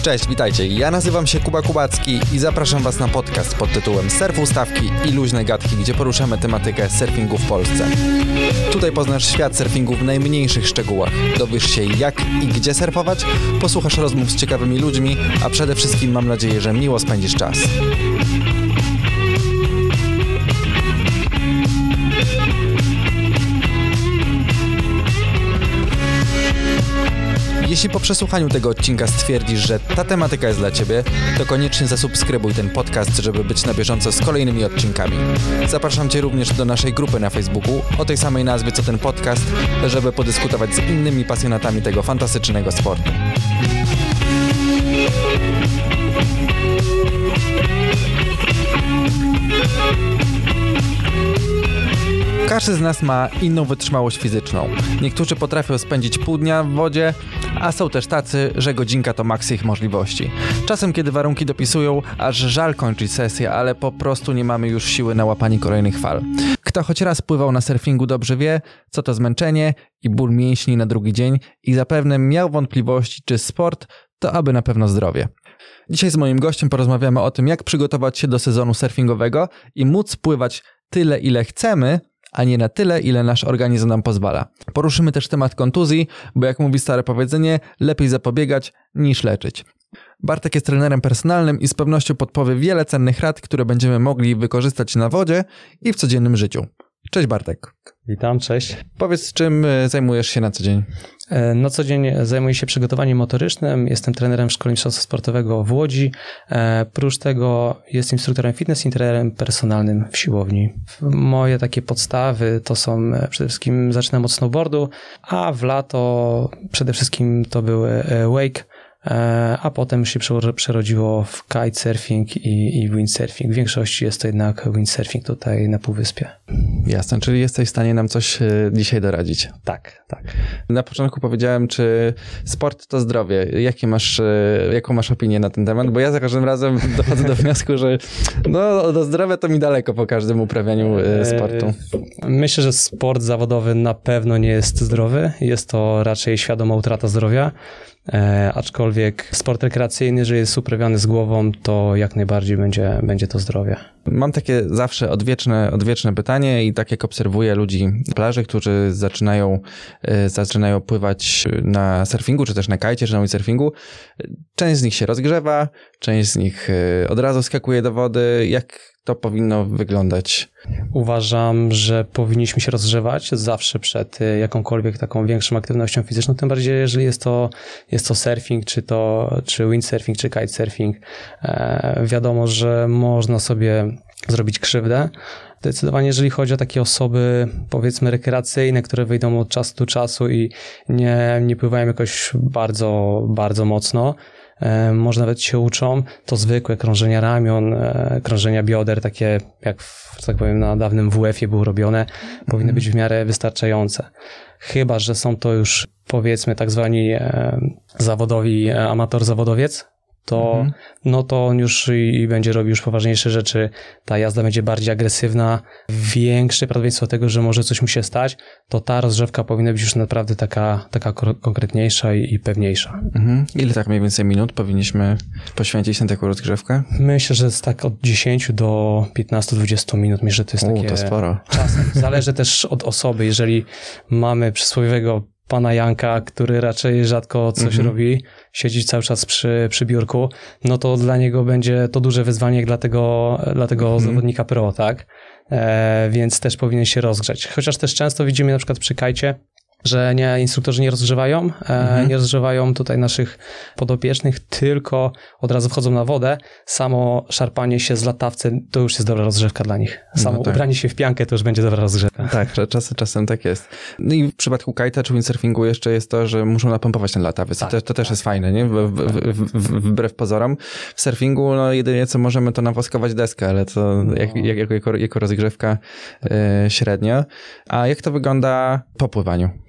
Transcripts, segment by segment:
Cześć, witajcie. Ja nazywam się Kuba Kubacki i zapraszam Was na podcast pod tytułem Surf Ustawki i luźne gadki, gdzie poruszamy tematykę surfingu w Polsce. Tutaj poznasz świat surfingu w najmniejszych szczegółach. Dowiesz się jak i gdzie surfować, posłuchasz rozmów z ciekawymi ludźmi, a przede wszystkim mam nadzieję, że miło spędzisz czas. Jeśli po przesłuchaniu tego odcinka stwierdzisz, że ta tematyka jest dla Ciebie, to koniecznie zasubskrybuj ten podcast, żeby być na bieżąco z kolejnymi odcinkami. Zapraszam Cię również do naszej grupy na Facebooku o tej samej nazwie co ten podcast, żeby podyskutować z innymi pasjonatami tego fantastycznego sportu. Każdy z nas ma inną wytrzymałość fizyczną. Niektórzy potrafią spędzić pół dnia w wodzie, a są też tacy, że godzinka to maks ich możliwości. Czasem, kiedy warunki dopisują, aż żal kończyć sesję, ale po prostu nie mamy już siły na łapanie kolejnych fal. Kto choć raz pływał na surfingu, dobrze wie, co to zmęczenie i ból mięśni na drugi dzień i zapewne miał wątpliwości, czy sport to aby na pewno zdrowie. Dzisiaj z moim gościem porozmawiamy o tym, jak przygotować się do sezonu surfingowego i móc pływać tyle, ile chcemy, a nie na tyle, ile nasz organizm nam pozwala. Poruszymy też temat kontuzji, bo jak mówi stare powiedzenie, lepiej zapobiegać niż leczyć. Bartek jest trenerem personalnym i z pewnością podpowie wiele cennych rad, które będziemy mogli wykorzystać na wodzie i w codziennym życiu. Cześć Bartek. Witam, cześć. Powiedz, czym zajmujesz się na co dzień? Na co dzień zajmuję się przygotowaniem motorycznym, jestem trenerem w Szkole Mistrzostwa Sportowego w Łodzi. Prócz tego jestem instruktorem fitness i trenerem personalnym w siłowni. Moje takie podstawy to są przede wszystkim zaczynam od snowboardu, a w lato przede wszystkim to były wake, a potem się przerodziło w kitesurfing i windsurfing. W większości jest to jednak windsurfing tutaj na Półwyspie. Jasne, czyli jesteś w stanie nam coś dzisiaj doradzić. Tak. Na początku powiedziałem, czy sport to zdrowie. Jaką masz opinię na ten temat? Bo ja za każdym razem dochodzę do wniosku, że do zdrowia to mi daleko po każdym uprawianiu sportu. Myślę, że sport zawodowy na pewno nie jest zdrowy. Jest to raczej świadoma utrata zdrowia. Aczkolwiek sport rekreacyjny, jeżeli jest uprawiany z głową, to jak najbardziej będzie to zdrowie. Mam takie zawsze odwieczne pytanie i tak jak obserwuję ludzi na plaży, którzy zaczynają pływać na surfingu, czy też na kajcie, czy na windsurfingu, część z nich się rozgrzewa, część z nich od razu skakuje do wody. Jak to powinno wyglądać? Uważam, że powinniśmy się rozgrzewać zawsze przed jakąkolwiek taką większą aktywnością fizyczną, tym bardziej jeżeli jest to surfing, czy windsurfing, czy kitesurfing. Wiadomo, że można sobie zrobić krzywdę. Zdecydowanie jeżeli chodzi o takie osoby powiedzmy rekreacyjne, które wyjdą od czasu do czasu i nie pływają jakoś bardzo, bardzo mocno, może nawet się uczą, to zwykłe krążenia ramion, krążenia bioder, takie jak tak powiem na dawnym WF-ie były robione, powinny być w miarę wystarczające. Chyba że są to już powiedzmy tak zwani zawodowi amator-zawodowiec, to on już i będzie robił już poważniejsze rzeczy, ta jazda będzie bardziej agresywna, większe prawdopodobieństwo tego, że może coś mu się stać, to ta rozgrzewka powinna być już naprawdę taka konkretniejsza i pewniejsza. Ile tak mniej więcej minut powinniśmy poświęcić na taką rozgrzewkę? Myślę, że jest tak od 10 do 15-20 minut. Myślę, że to jest takie... To sporo. Czasem. Zależy też od osoby. Jeżeli mamy przysłowiowego pana Janka, który raczej rzadko coś robi, siedzi cały czas przy biurku, no to dla niego będzie to duże wyzwanie jak dla tego zawodnika pro, tak? Więc też powinien się rozgrzać. Chociaż też często widzimy na przykład przy kajcie, że instruktorzy nie rozgrzewają, nie rozgrzewają tutaj naszych podopiecznych, tylko od razu wchodzą na wodę. Samo szarpanie się z latawcem to już jest dobra rozgrzewka dla nich. Samo ubranie się w piankę to już będzie dobra rozgrzewka. Tak, czasem tak jest. No i w przypadku kite'a czy windsurfingu jeszcze jest to, że muszą napompować ten latawiec. To też jest fajne, nie? Wbrew pozorom. W surfingu jedynie co możemy to nawoskować deskę, ale to jako rozgrzewka średnio. A jak to wygląda po pływaniu?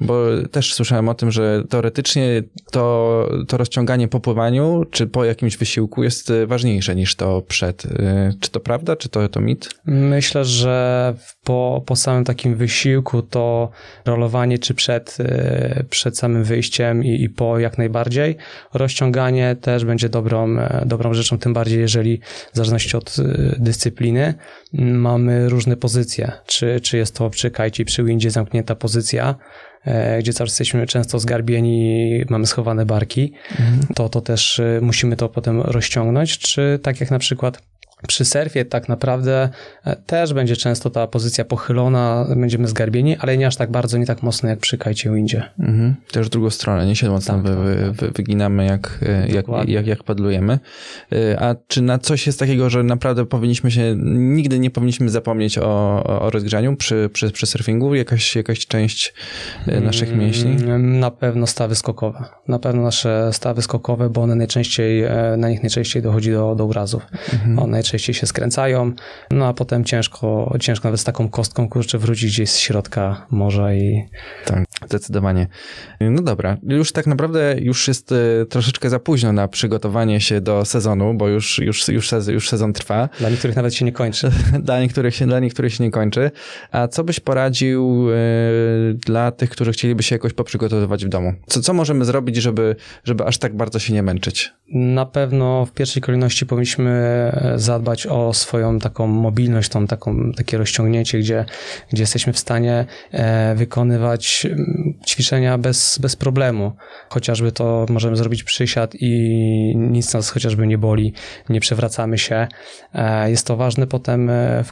Bo też słyszałem o tym, że teoretycznie to rozciąganie po pływaniu, czy po jakimś wysiłku jest ważniejsze niż to przed. Czy to prawda, czy to mit? Myślę, że po samym takim wysiłku to rolowanie, czy przed samym wyjściem i po jak najbardziej. Rozciąganie też będzie dobrą rzeczą, tym bardziej jeżeli w zależności od dyscypliny mamy różne pozycje. Czy jest to przy kajcie, przy windzie zamknięta pozycja, gdzie cały czas jesteśmy często zgarbieni, mamy schowane barki, to też musimy to potem rozciągnąć, czy tak jak na przykład przy surfie tak naprawdę też będzie często ta pozycja pochylona, będziemy zgarbieni, ale nie aż tak bardzo, nie tak mocno jak przy kajcie windzie. Też w drugą stronę, nie siedząc tam wyginamy jak padlujemy. A czy na coś jest takiego, że naprawdę nigdy nie powinniśmy zapomnieć o rozgrzaniu przy surfingu? Jakaś część naszych mięśni? Na pewno stawy skokowe. Na pewno nasze stawy skokowe, bo one na nich najczęściej dochodzi do urazów. One najczęściej się skręcają, no a potem ciężko nawet z taką kostką, wrócić gdzieś z środka morza i... Tak, zdecydowanie. No dobra, już tak naprawdę jest troszeczkę za późno na przygotowanie się do sezonu, bo już sezon trwa. Dla niektórych nawet się nie kończy. Dla niektórych się nie kończy. A co byś poradził dla tych, którzy chcieliby się jakoś poprzygotowywać w domu? Co możemy zrobić, żeby aż tak bardzo się nie męczyć? Na pewno w pierwszej kolejności powinniśmy zadbać o swoją taką mobilność, takie rozciągnięcie, gdzie jesteśmy w stanie wykonywać ćwiczenia bez problemu. Chociażby to możemy zrobić przysiad i nic nas chociażby nie boli, nie przewracamy się. Jest to ważne potem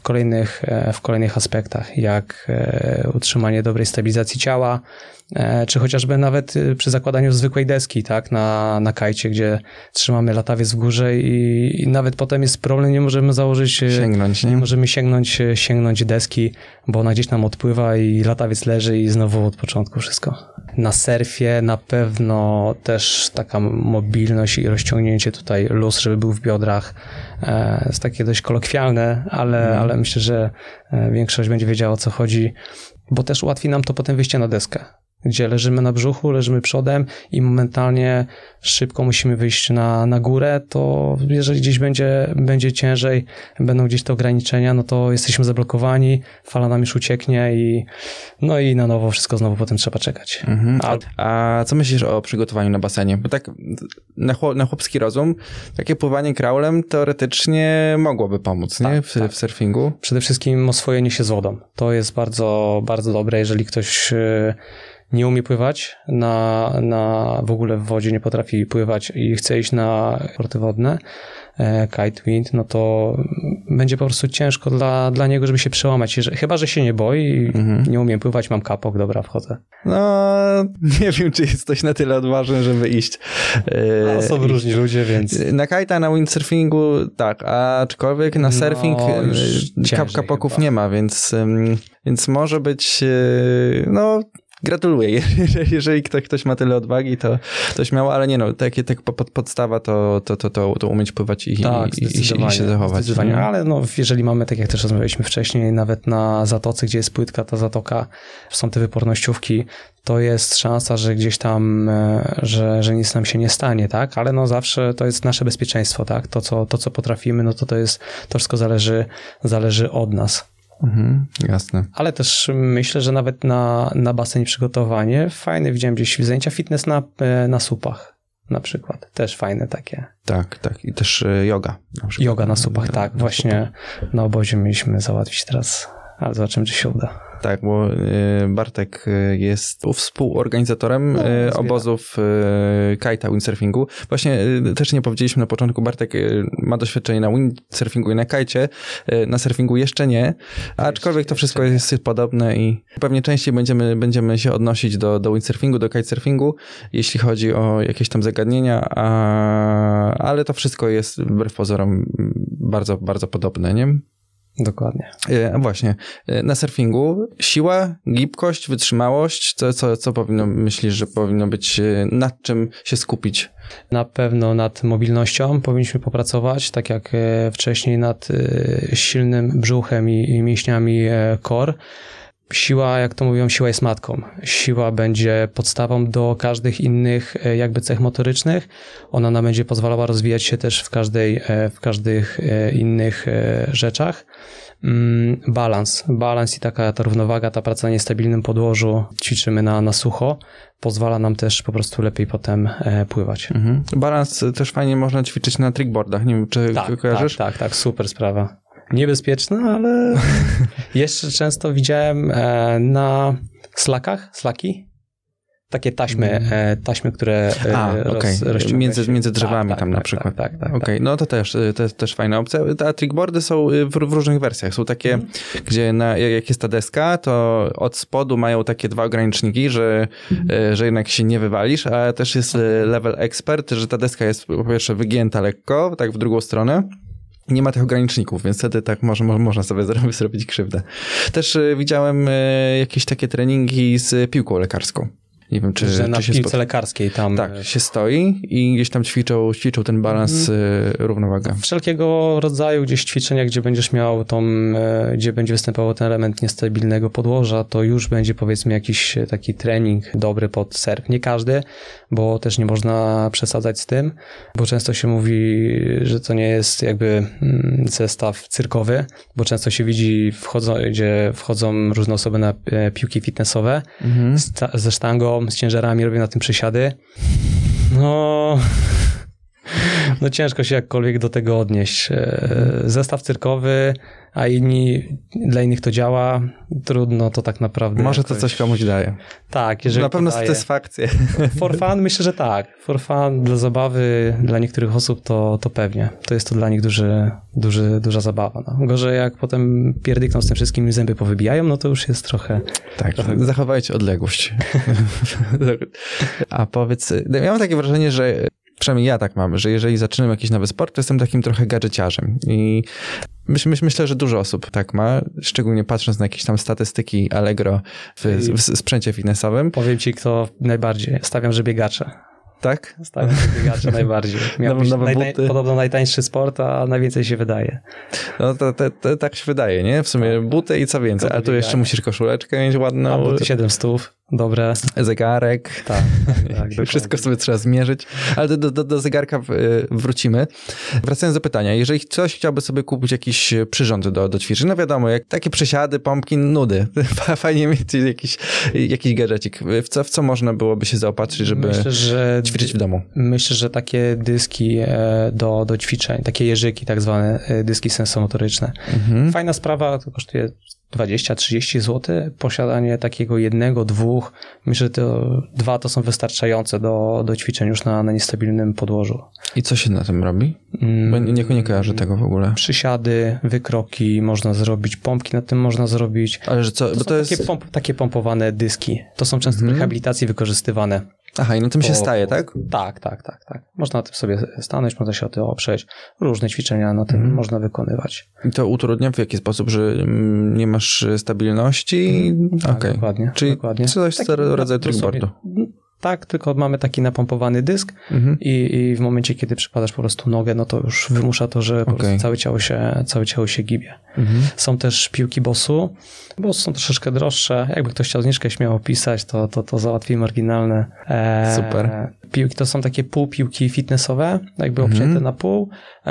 w kolejnych aspektach, jak utrzymanie dobrej stabilizacji ciała, czy chociażby nawet przy zakładaniu zwykłej deski, tak, na kajcie, gdzie trzymamy latawiec w górze i nawet potem jest problem, nie możemy nie możemy sięgnąć deski, bo ona gdzieś nam odpływa i latawiec leży i znowu od początku wszystko. Na surfie na pewno też taka mobilność i rozciągnięcie tutaj luz, żeby był w biodrach. Jest takie dość kolokwialne, ale myślę, że większość będzie wiedziała, o co chodzi, bo też ułatwi nam to potem wyjście na deskę, gdzie leżymy na brzuchu, leżymy przodem i momentalnie szybko musimy wyjść na górę, to jeżeli gdzieś będzie ciężej, będą gdzieś te ograniczenia, no to jesteśmy zablokowani, fala nam już ucieknie i na nowo wszystko znowu potem trzeba czekać. A co myślisz o przygotowaniu na basenie? Bo tak na chłopski rozum, takie pływanie kraulem teoretycznie mogłoby pomóc, nie? W surfingu? Przede wszystkim oswojenie się z wodą. To jest bardzo, bardzo dobre, jeżeli ktoś nie umie pływać w ogóle w wodzie, nie potrafi pływać i chce iść na sporty wodne, kite, wind, no to będzie po prostu ciężko dla niego, żeby się przełamać. Chyba że się nie boi, nie umiem pływać, mam kapok, dobra, wchodzę. No, nie wiem, czy jesteś na tyle odważny, żeby iść. Są różni ludzie, więc... Na kite'a, na windsurfingu tak, aczkolwiek na surfing kapoków nie ma, więc może być, gratuluję. Jeżeli ktoś ma tyle odwagi, to śmiało, ale nie podstawa to umieć pływać i się zachować. Ale jeżeli mamy, tak jak też rozmawialiśmy wcześniej, nawet na zatoce, gdzie jest płytka, ta zatoka, są te wypornościówki, to jest szansa, że gdzieś tam, że nic nam się nie stanie, tak? Ale zawsze to jest nasze bezpieczeństwo, tak? To co potrafimy, to wszystko zależy od nas. Jasne. Ale też myślę, że nawet na basen przygotowanie fajne, widziałem gdzieś zajęcia fitness na supach na przykład. Też fajne takie. Tak. I też yoga. Na przykład. Yoga na supach, tak. Właśnie na obozie mieliśmy załatwić teraz, ale zobaczymy, czy się uda. Tak, bo Bartek jest współorganizatorem obozów kite'a windsurfingu. Właśnie też nie powiedzieliśmy na początku, Bartek ma doświadczenie na windsurfingu i na kajcie, na surfingu jeszcze nie, aczkolwiek to wszystko jest podobne i pewnie częściej będziemy się odnosić do windsurfingu, do kitesurfingu, jeśli chodzi o jakieś tam zagadnienia, ale to wszystko jest wbrew pozorom bardzo, bardzo podobne, nie? Dokładnie. Właśnie. Na surfingu siła, gibkość, wytrzymałość, co myślisz, że powinno być, nad czym się skupić? Na pewno nad mobilnością powinniśmy popracować, tak jak wcześniej nad silnym brzuchem i mięśniami core. Siła, jak to mówią, siła jest matką. Siła będzie podstawą do każdych innych jakby cech motorycznych. Ona nam będzie pozwalała rozwijać się też w każdych innych rzeczach. Balans i taka ta równowaga, ta praca na niestabilnym podłożu, ćwiczymy na sucho, pozwala nam też po prostu lepiej potem pływać. Balans też fajnie można ćwiczyć na trickboardach, nie wiem, czy kojarzysz? Tak, super sprawa. Niebezpieczna, ale jeszcze często widziałem na slaki, takie taśmy, które między drzewami tam na przykład. Tak. Okej, no to jest też fajna opcja. A trickboardy są w różnych wersjach. Są takie, gdzie jak jest ta deska, to od spodu mają takie 2 ograniczniki, że jednak się nie wywalisz, ale też jest level expert, że ta deska jest po pierwsze wygięta lekko, tak w drugą stronę. Nie ma tych ograniczników, więc wtedy tak można sobie zrobić krzywdę. Też widziałem jakieś takie treningi z piłką lekarską. Nie wiem, że na piłce lekarskiej tam... Tak, się stoi i gdzieś tam ćwiczą ten balans, równowagę. Wszelkiego rodzaju gdzieś ćwiczenia, gdzie będziesz miał gdzie będzie występował ten element niestabilnego podłoża, to już będzie powiedzmy jakiś taki trening dobry pod surf. Nie każdy, bo też nie można przesadzać z tym, bo często się mówi, że to nie jest jakby zestaw cyrkowy, bo często się widzi, gdzie wchodzą różne osoby na piłki fitnessowe ze sztangą, z ciężarami, robią na tym przysiady. No ciężko się jakkolwiek do tego odnieść. Zestaw cyrkowy, a dla innych to działa. Trudno to tak naprawdę. Może to coś komuś daje. Tak, jeżeli na pewno satysfakcję. For fun myślę, że tak. For fun, dla zabawy, dla niektórych osób to pewnie. To jest to dla nich duża zabawa. No. Gorzej jak potem pierdykną z tym wszystkim i zęby powybijają, no to już jest trochę... Tak, zachowajcie odległość. A powiedz, ja mam takie wrażenie, że przynajmniej ja tak mam, że jeżeli zaczynam jakiś nowy sport, to jestem takim trochę gadżeciarzem i myślę, że dużo osób tak ma, szczególnie patrząc na jakieś tam statystyki Allegro w sprzęcie fitnessowym. Powiem ci, kto najbardziej. Stawiam, że biegacze. Tak? Stawiam, że biegacze najbardziej. Podobno najtańszy sport, a najwięcej się wydaje. No to tak się wydaje, nie? W sumie buty i co więcej. A tu jeszcze musisz koszuleczkę mieć ładną. A buty 700, dobre. Zegarek. Tak. Wszystko sobie trzeba zmierzyć. Ale do zegarka wrócimy. Wracając do pytania. Jeżeli ktoś chciałby sobie kupić jakiś przyrząd do ćwiczeń, no wiadomo, jak takie przysiady, pompki, nudy. Fajnie mieć jakiś gadżecik. W co można byłoby się zaopatrzyć, żeby ćwiczyć w domu? Myślę, że takie dyski do ćwiczeń, takie jeżyki tak zwane, dyski sensomotoryczne. Fajna sprawa, to kosztuje 20-30 zł. Posiadanie takiego 1, 2, myślę, że 2 to są wystarczające do ćwiczeń już na niestabilnym podłożu. I co się na tym robi? Bo nie kojarzę tego w ogóle. Przysiady, wykroki można zrobić, pompki na tym można zrobić. Ale że co? Bo to jest takie pompowane dyski. To są często w rehabilitacji wykorzystywane. Aha, i na tym się staje, tak? Tak. Można na tym sobie stanąć, można się o to oprzeć. Różne ćwiczenia na tym można wykonywać. I to utrudnia w jaki sposób, że nie masz stabilności? Tak, okay. Dokładnie. Czyli dokładnie. coś z rodzaju trickboardu. Tak, tylko mamy taki napompowany dysk i w momencie, kiedy przykładasz po prostu nogę, no to już wymusza to, że po prostu całe ciało się gibie. Są też piłki Bossu. Boss są troszeczkę droższe. Jakby ktoś chciał zniżkę śmiało pisać, to załatwimy oryginalne. Super. Piłki to są takie półpiłki fitnessowe, jakby obcięte na pół.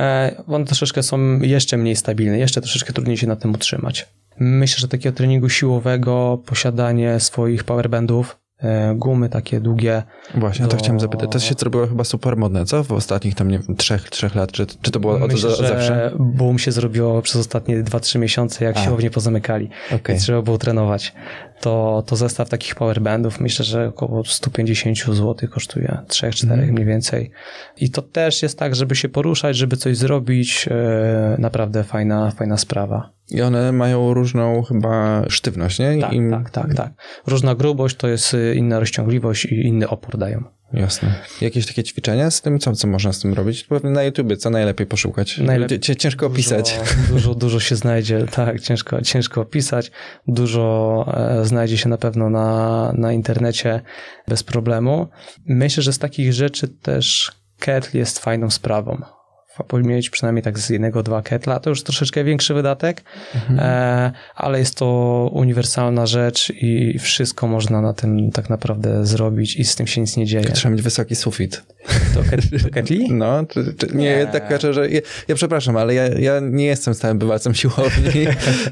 One troszeczkę są jeszcze mniej stabilne, jeszcze troszeczkę trudniej się na tym utrzymać. Myślę, że takiego treningu siłowego, posiadanie swoich powerbandów, gumy takie długie. Właśnie, to chciałem zapytać. To się zrobiło chyba super modne, co? W ostatnich tam, nie wiem, 3 lat, czy to było Myślę, od zawsze? Boom się zrobiło przez ostatnie 2-3 miesiące, jak siłownie pozamykali. Okay. Trzeba było trenować. To zestaw takich powerbandów, myślę, że około 150 zł kosztuje, 3-4 mniej więcej. I to też jest tak, żeby się poruszać, żeby coś zrobić, naprawdę fajna sprawa. I one mają różną chyba sztywność, nie? Tak. Różna grubość to jest inna rozciągliwość i inny opór dają. Jasne. Jakieś takie ćwiczenia z tym? Co można z tym robić? Pewnie na YouTubie, co najlepiej poszukać? Ciężko opisać. Dużo się znajdzie, tak, ciężko opisać. Dużo znajdzie się na pewno na internecie bez problemu. Myślę, że z takich rzeczy też kettle jest fajną sprawą. mieć przynajmniej tak z 1-2 ketla, to już troszeczkę większy wydatek, ale jest to uniwersalna rzecz i wszystko można na tym tak naprawdę zrobić i z tym się nic nie dzieje. Trzeba mieć wysoki sufit. To ketli? No, nie, tak każe, że ja przepraszam, ale ja nie jestem stałym bywalcem siłowni.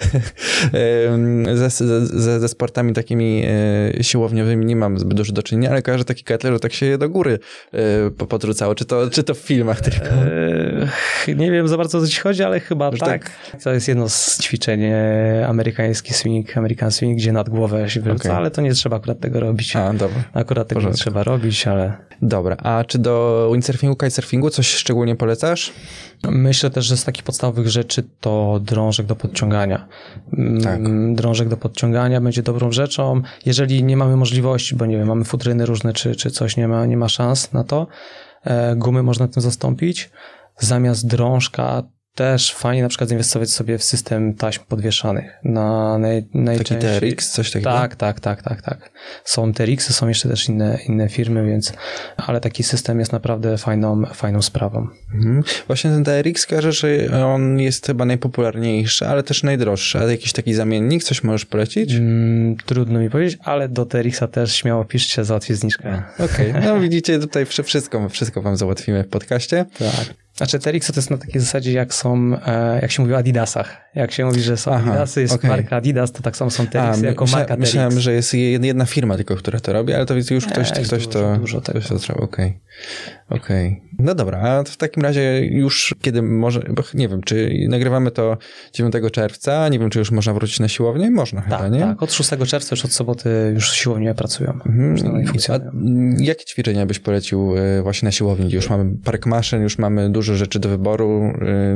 Ze sportami takimi siłowniowymi nie mam zbyt dużo do czynienia, ale kojarzę taki kettle, że tak się je do góry podrzucało. Czy to w filmach tylko? Nie wiem za bardzo o co ci chodzi, ale chyba tak. To jest jedno z ćwiczeń amerykański swing, American swing, gdzie nad głowę się wyrzuca, ale to nie trzeba akurat tego robić. Dobra. Akurat tego nie trzeba robić, ale... Dobra, a czy do windsurfingu, kitesurfingu coś szczególnie polecasz? Myślę też, że z takich podstawowych rzeczy to drążek do podciągania. Tak. Drążek do podciągania będzie dobrą rzeczą. Jeżeli nie mamy możliwości, bo nie wiem, mamy futryny różne, czy coś, nie ma szans na to, gumy można tym zastąpić. Zamiast drążka też fajnie na przykład zainwestować sobie w system taśm podwieszanych. Taki TRX, coś takiego? Tak. Są TRX-y, są jeszcze też inne firmy, więc, ale taki system jest naprawdę fajną sprawą. Właśnie ten TRX każe, że on jest chyba najpopularniejszy, ale też najdroższy. A jakiś taki zamiennik, coś możesz polecić? Trudno mi powiedzieć, ale do TRX-a też śmiało piszcie, załatwię zniżkę. Okej. No widzicie, tutaj wszystko wam załatwimy w podcaście. Tak. Znaczy TRX to jest na takiej zasadzie, jak się mówi o Adidasach. Jak się mówi, że są Adidasy, jest marka Adidas, to tak samo są TRX jako marka TRX. Myślałem, że jest jedna firma tylko, która to robi, ale to już ktoś to zrobił. Okej. No dobra, a w takim razie już kiedy bo nie wiem, czy nagrywamy to 9 czerwca, nie wiem, czy już można wrócić na siłownię? Można chyba, nie? Tak, od 6 czerwca już od soboty już siłownie pracują. Funkcjonują. Jakie ćwiczenia byś polecił właśnie na siłowni? Już mamy park maszyn, już mamy dużo rzeczy do wyboru.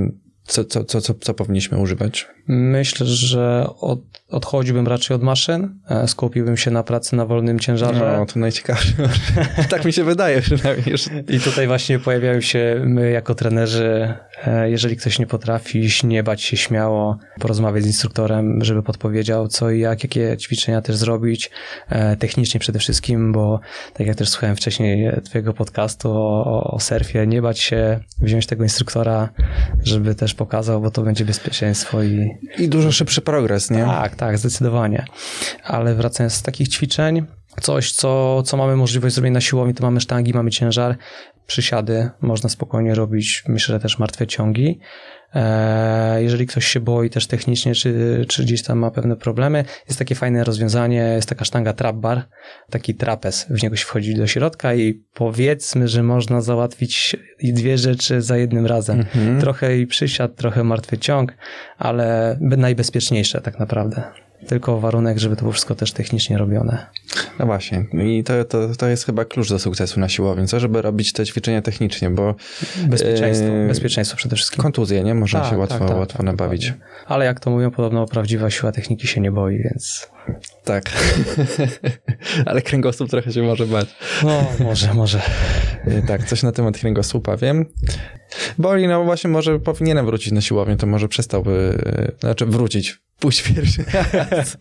Co powinniśmy używać? Myślę, że odchodziłbym raczej od maszyn, skupiłbym się na pracy na wolnym ciężarze. No, to najciekawsze. Tak mi się wydaje przynajmniej. I tutaj właśnie pojawiają się my jako trenerzy, jeżeli ktoś nie potrafi, nie bać się śmiało, porozmawiać z instruktorem, żeby podpowiedział co i jakie ćwiczenia też zrobić, technicznie przede wszystkim, bo tak jak też słuchałem wcześniej twojego podcastu o surfie, nie bać się wziąć tego instruktora, żeby też pokazał, bo to będzie bezpieczeństwo i dużo szybszy progres, nie? Tak, zdecydowanie. Ale wracając z takich ćwiczeń, coś, co mamy możliwość zrobić na siłowni, to mamy sztangi, mamy ciężar, przysiady, można spokojnie robić, myślę, że też martwe ciągi. Jeżeli ktoś się boi też technicznie, czy gdzieś tam ma pewne problemy, jest takie fajne rozwiązanie, jest taka sztanga trap bar, taki trapez, w niego się wchodzi do środka i powiedzmy, że można załatwić i 2 rzeczy za jednym razem. Trochę i przysiad, trochę martwy ciąg, ale najbezpieczniejsze tak naprawdę. Tylko warunek, żeby to było wszystko też technicznie robione. No właśnie. I to jest chyba klucz do sukcesu na siłowni, co? Żeby robić te ćwiczenia technicznie, bo... Bezpieczeństwo przede wszystkim. Kontuzje, nie? Można się łatwo nabawić. Dokładnie. Ale jak to mówią, podobno prawdziwa siła techniki się nie boi, więc... Tak. Ale kręgosłup trochę się może bać. No, może. Tak, coś na temat kręgosłupa wiem. Boli, no właśnie może powinienem wrócić na siłownię, to może przestałby... pójść pierwszy raz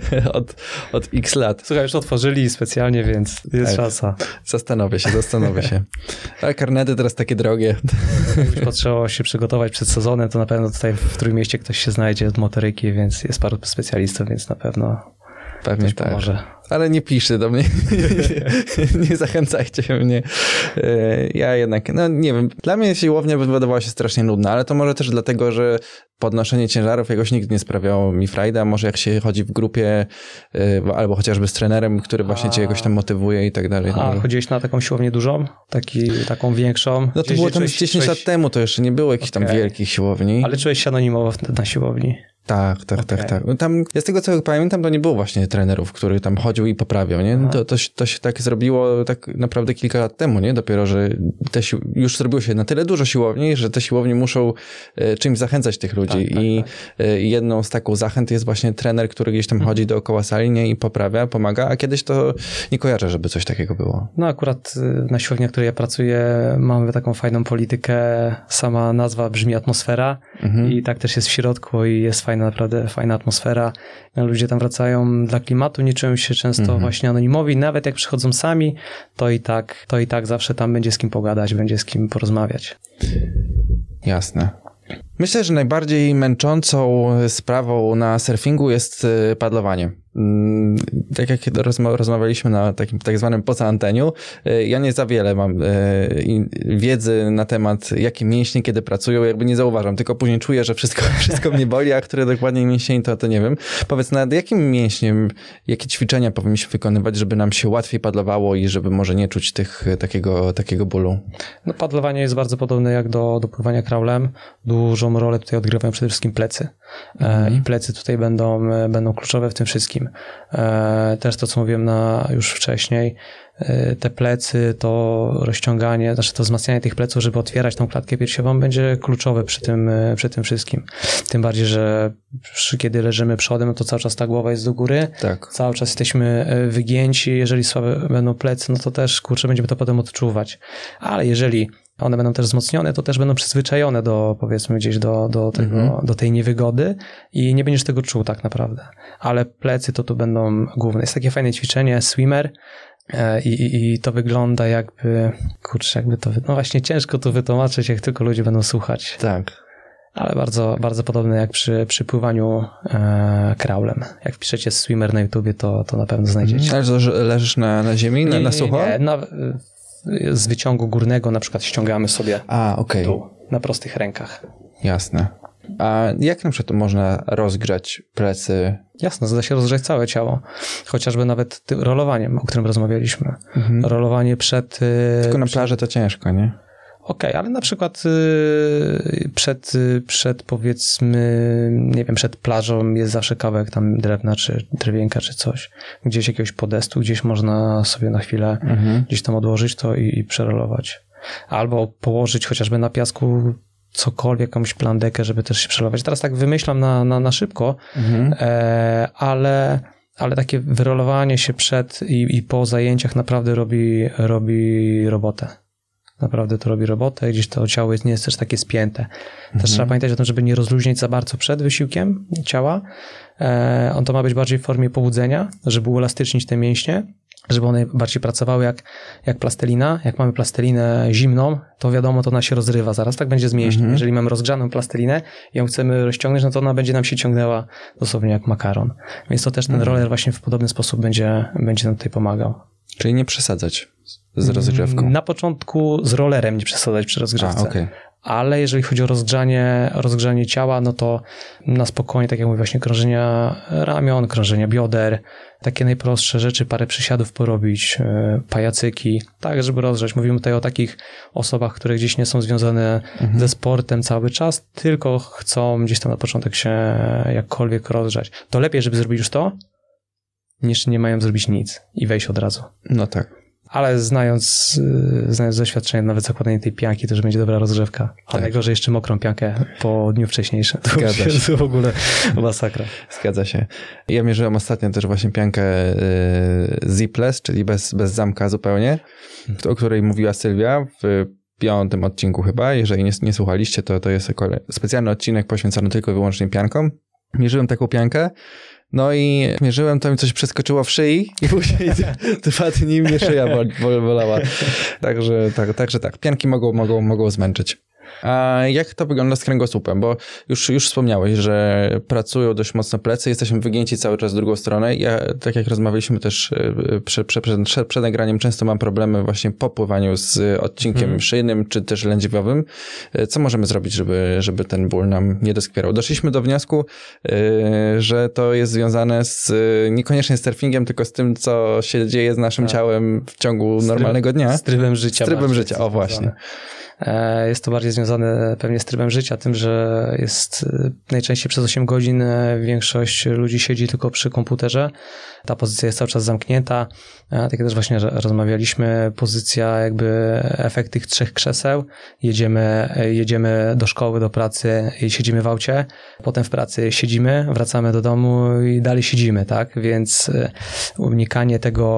od x lat. Słuchaj, już otworzyli specjalnie, więc jest szansa. Zastanowię się. Ale karnety teraz takie drogie. Jakbyś potrzebował się przygotować przed sezonem, to na pewno tutaj w Trójmieście ktoś się znajdzie od motoryki, więc jest paru specjalistów, więc na pewno pewnie tak. Pomoże. Ale nie piszcie do mnie. Nie zachęcajcie mnie. Ja jednak, no nie wiem, dla mnie siłownia wydawała się strasznie nudna, ale to może też dlatego, że podnoszenie ciężarów jakoś nigdy nie sprawiało mi frajda. Może jak się chodzi w grupie albo chociażby z trenerem, który właśnie cię jakoś tam motywuje i tak dalej. A chodziłeś na taką siłownię dużą? Taką większą? No to było tam 10 lat temu, to jeszcze nie było jakichś tam wielkich siłowni. Ale czułeś się anonimowo na siłowni? Tak. Tam, ja z tego co pamiętam, to nie było właśnie trenerów, który tam chodził i poprawiał, nie? To się tak zrobiło tak naprawdę kilka lat temu, nie? Dopiero, że już zrobiło się na tyle dużo siłowni, że te siłownie muszą czymś zachęcać tych ludzi. Jedną z taką zachęt jest właśnie trener, który gdzieś tam chodzi dookoła sali, nie? I poprawia, pomaga, a kiedyś to nie kojarzę, żeby coś takiego było. No akurat na siłowni, w której ja pracuję, mamy taką fajną politykę, sama nazwa brzmi atmosfera i tak też jest w środku i jest naprawdę fajna atmosfera. Ludzie tam wracają dla klimatu, nie czują się często właśnie anonimowi. Nawet jak przychodzą sami, to i tak zawsze tam będzie z kim pogadać, będzie z kim porozmawiać. Jasne. Myślę, że najbardziej męczącą sprawą na surfingu jest padlowanie. Tak jak rozmawialiśmy na takim tak zwanym poza anteniu, ja nie za wiele mam wiedzy na temat, jakie mięśnie kiedy pracują, jakby nie zauważam, tylko później czuję, że wszystko mnie boli, a które dokładnie mięsień to nie wiem. Powiedz, nad jakim mięśniem, jakie ćwiczenia powinniśmy wykonywać, żeby nam się łatwiej padlowało i żeby może nie czuć takiego bólu? No, padlowanie jest bardzo podobne jak do pływania kraulem. Dużą rolę tutaj odgrywają przede wszystkim plecy. I plecy tutaj będą kluczowe w tym wszystkim. Też to, co mówiłem już wcześniej, te plecy, to rozciąganie, znaczy to wzmacnianie tych pleców, żeby otwierać tą klatkę piersiową, będzie kluczowe przy tym wszystkim. Tym bardziej, że kiedy leżymy przodem, no to cały czas ta głowa jest do góry, tak. Cały czas jesteśmy wygięci, jeżeli słabe będą plecy, no to też, będziemy to potem odczuwać. Ale jeżeli one będą też wzmocnione, to też będą przyzwyczajone powiedzmy gdzieś do tej niewygody i nie będziesz tego czuł tak naprawdę. Ale plecy to tu będą główne. Jest takie fajne ćwiczenie, swimmer, i to wygląda jakby no właśnie ciężko to wytłumaczyć, jak tylko ludzie będą słuchać. Tak. Ale bardzo, bardzo podobne jak przy pływaniu kraulem. Jak wpiszecie swimmer na YouTubie, to na pewno znajdziecie. Ale leżysz na ziemi, na sucho? Nie, z wyciągu górnego na przykład ściągamy sobie tu, na prostych rękach. Jasne. A jak na przykład można rozgrzać plecy? Jasne, da się rozgrzać całe ciało. Chociażby nawet tym rolowaniem, o którym rozmawialiśmy. Rolowanie przed... Tylko na plaży to ciężko, nie? Okej, ale na przykład przed powiedzmy, nie wiem, przed plażą jest zawsze kawałek tam drewna, czy drewienka, czy coś. Gdzieś jakiegoś podestu, gdzieś można sobie na chwilę gdzieś tam odłożyć to i przerolować. Albo położyć chociażby na piasku cokolwiek, jakąś plandekę, żeby też się przerolować. Teraz tak wymyślam na szybko, ale takie wyrolowanie się przed i po zajęciach naprawdę robi robotę. Naprawdę to robi robotę, gdzieś to ciało nie jest też takie spięte. Też trzeba pamiętać o tym, żeby nie rozluźnić za bardzo przed wysiłkiem ciała. On to ma być bardziej w formie pobudzenia, żeby uelastycznić te mięśnie, żeby one bardziej pracowały jak plastelina. Jak mamy plastelinę zimną, to wiadomo, to ona się rozrywa zaraz, tak będzie z mięśni. Jeżeli mamy rozgrzaną plastelinę i ją chcemy rozciągnąć, no to ona będzie nam się ciągnęła dosłownie jak makaron. Więc to też ten roller właśnie w podobny sposób będzie nam tutaj pomagał. Czyli nie przesadzać z rozgrzewką? Na początku z rollerem nie przesadzać przy rozgrzewce. Okay. Ale jeżeli chodzi o rozgrzanie ciała, no to na spokojnie, tak jak mówię, właśnie krążenia ramion, krążenia bioder, takie najprostsze rzeczy, parę przysiadów porobić, pajacyki, tak, żeby rozgrzać. Mówimy tutaj o takich osobach, które gdzieś nie są związane ze sportem cały czas, tylko chcą gdzieś tam na początek się jakkolwiek rozgrzać. To lepiej, żeby zrobić już to, niż nie mają zrobić nic i wejść od razu. No tak. Ale znając doświadczenie, nawet zakładanie tej pianki, to już będzie dobra rozgrzewka. A najgorzej jeszcze mokrą piankę po dniu wcześniejszym. To jest w ogóle masakra. Zgadza się. Ja mierzyłem ostatnio też właśnie piankę zipless, czyli bez zamka zupełnie, o której mówiła Sylwia w 5. odcinku chyba. Jeżeli nie słuchaliście, to jest specjalny odcinek poświęcony tylko i wyłącznie piankom. Mierzyłem taką piankę. No i mierzyłem, to mi coś przeskoczyło w szyi i później 2 dni mnie szyja bolała. Także tak, pianki mogą zmęczyć. A jak to wygląda z kręgosłupem? Bo już wspomniałeś, że pracują dość mocno plecy, jesteśmy wygięci cały czas w drugą stronę. Ja, tak jak rozmawialiśmy też przed nagraniem, często mam problemy właśnie po pływaniu z odcinkiem szyjnym, czy też lędźwiowym. Co możemy zrobić, żeby ten ból nam nie doskwierał? Doszliśmy do wniosku, że to jest związane niekoniecznie z surfingiem, tylko z tym, co się dzieje z naszym ciałem w ciągu normalnego dnia. Z trybem życia. Z trybem życia, o właśnie. Jest to bardziej związane pewnie z trybem życia, tym, że jest najczęściej przez 8 godzin większość ludzi siedzi tylko przy komputerze. Ta pozycja jest cały czas zamknięta. Tak jak też właśnie rozmawialiśmy, pozycja jakby efekt tych 3 krzeseł. Jedziemy do szkoły, do pracy i siedzimy w aucie. Potem w pracy siedzimy, wracamy do domu i dalej siedzimy, tak? Więc unikanie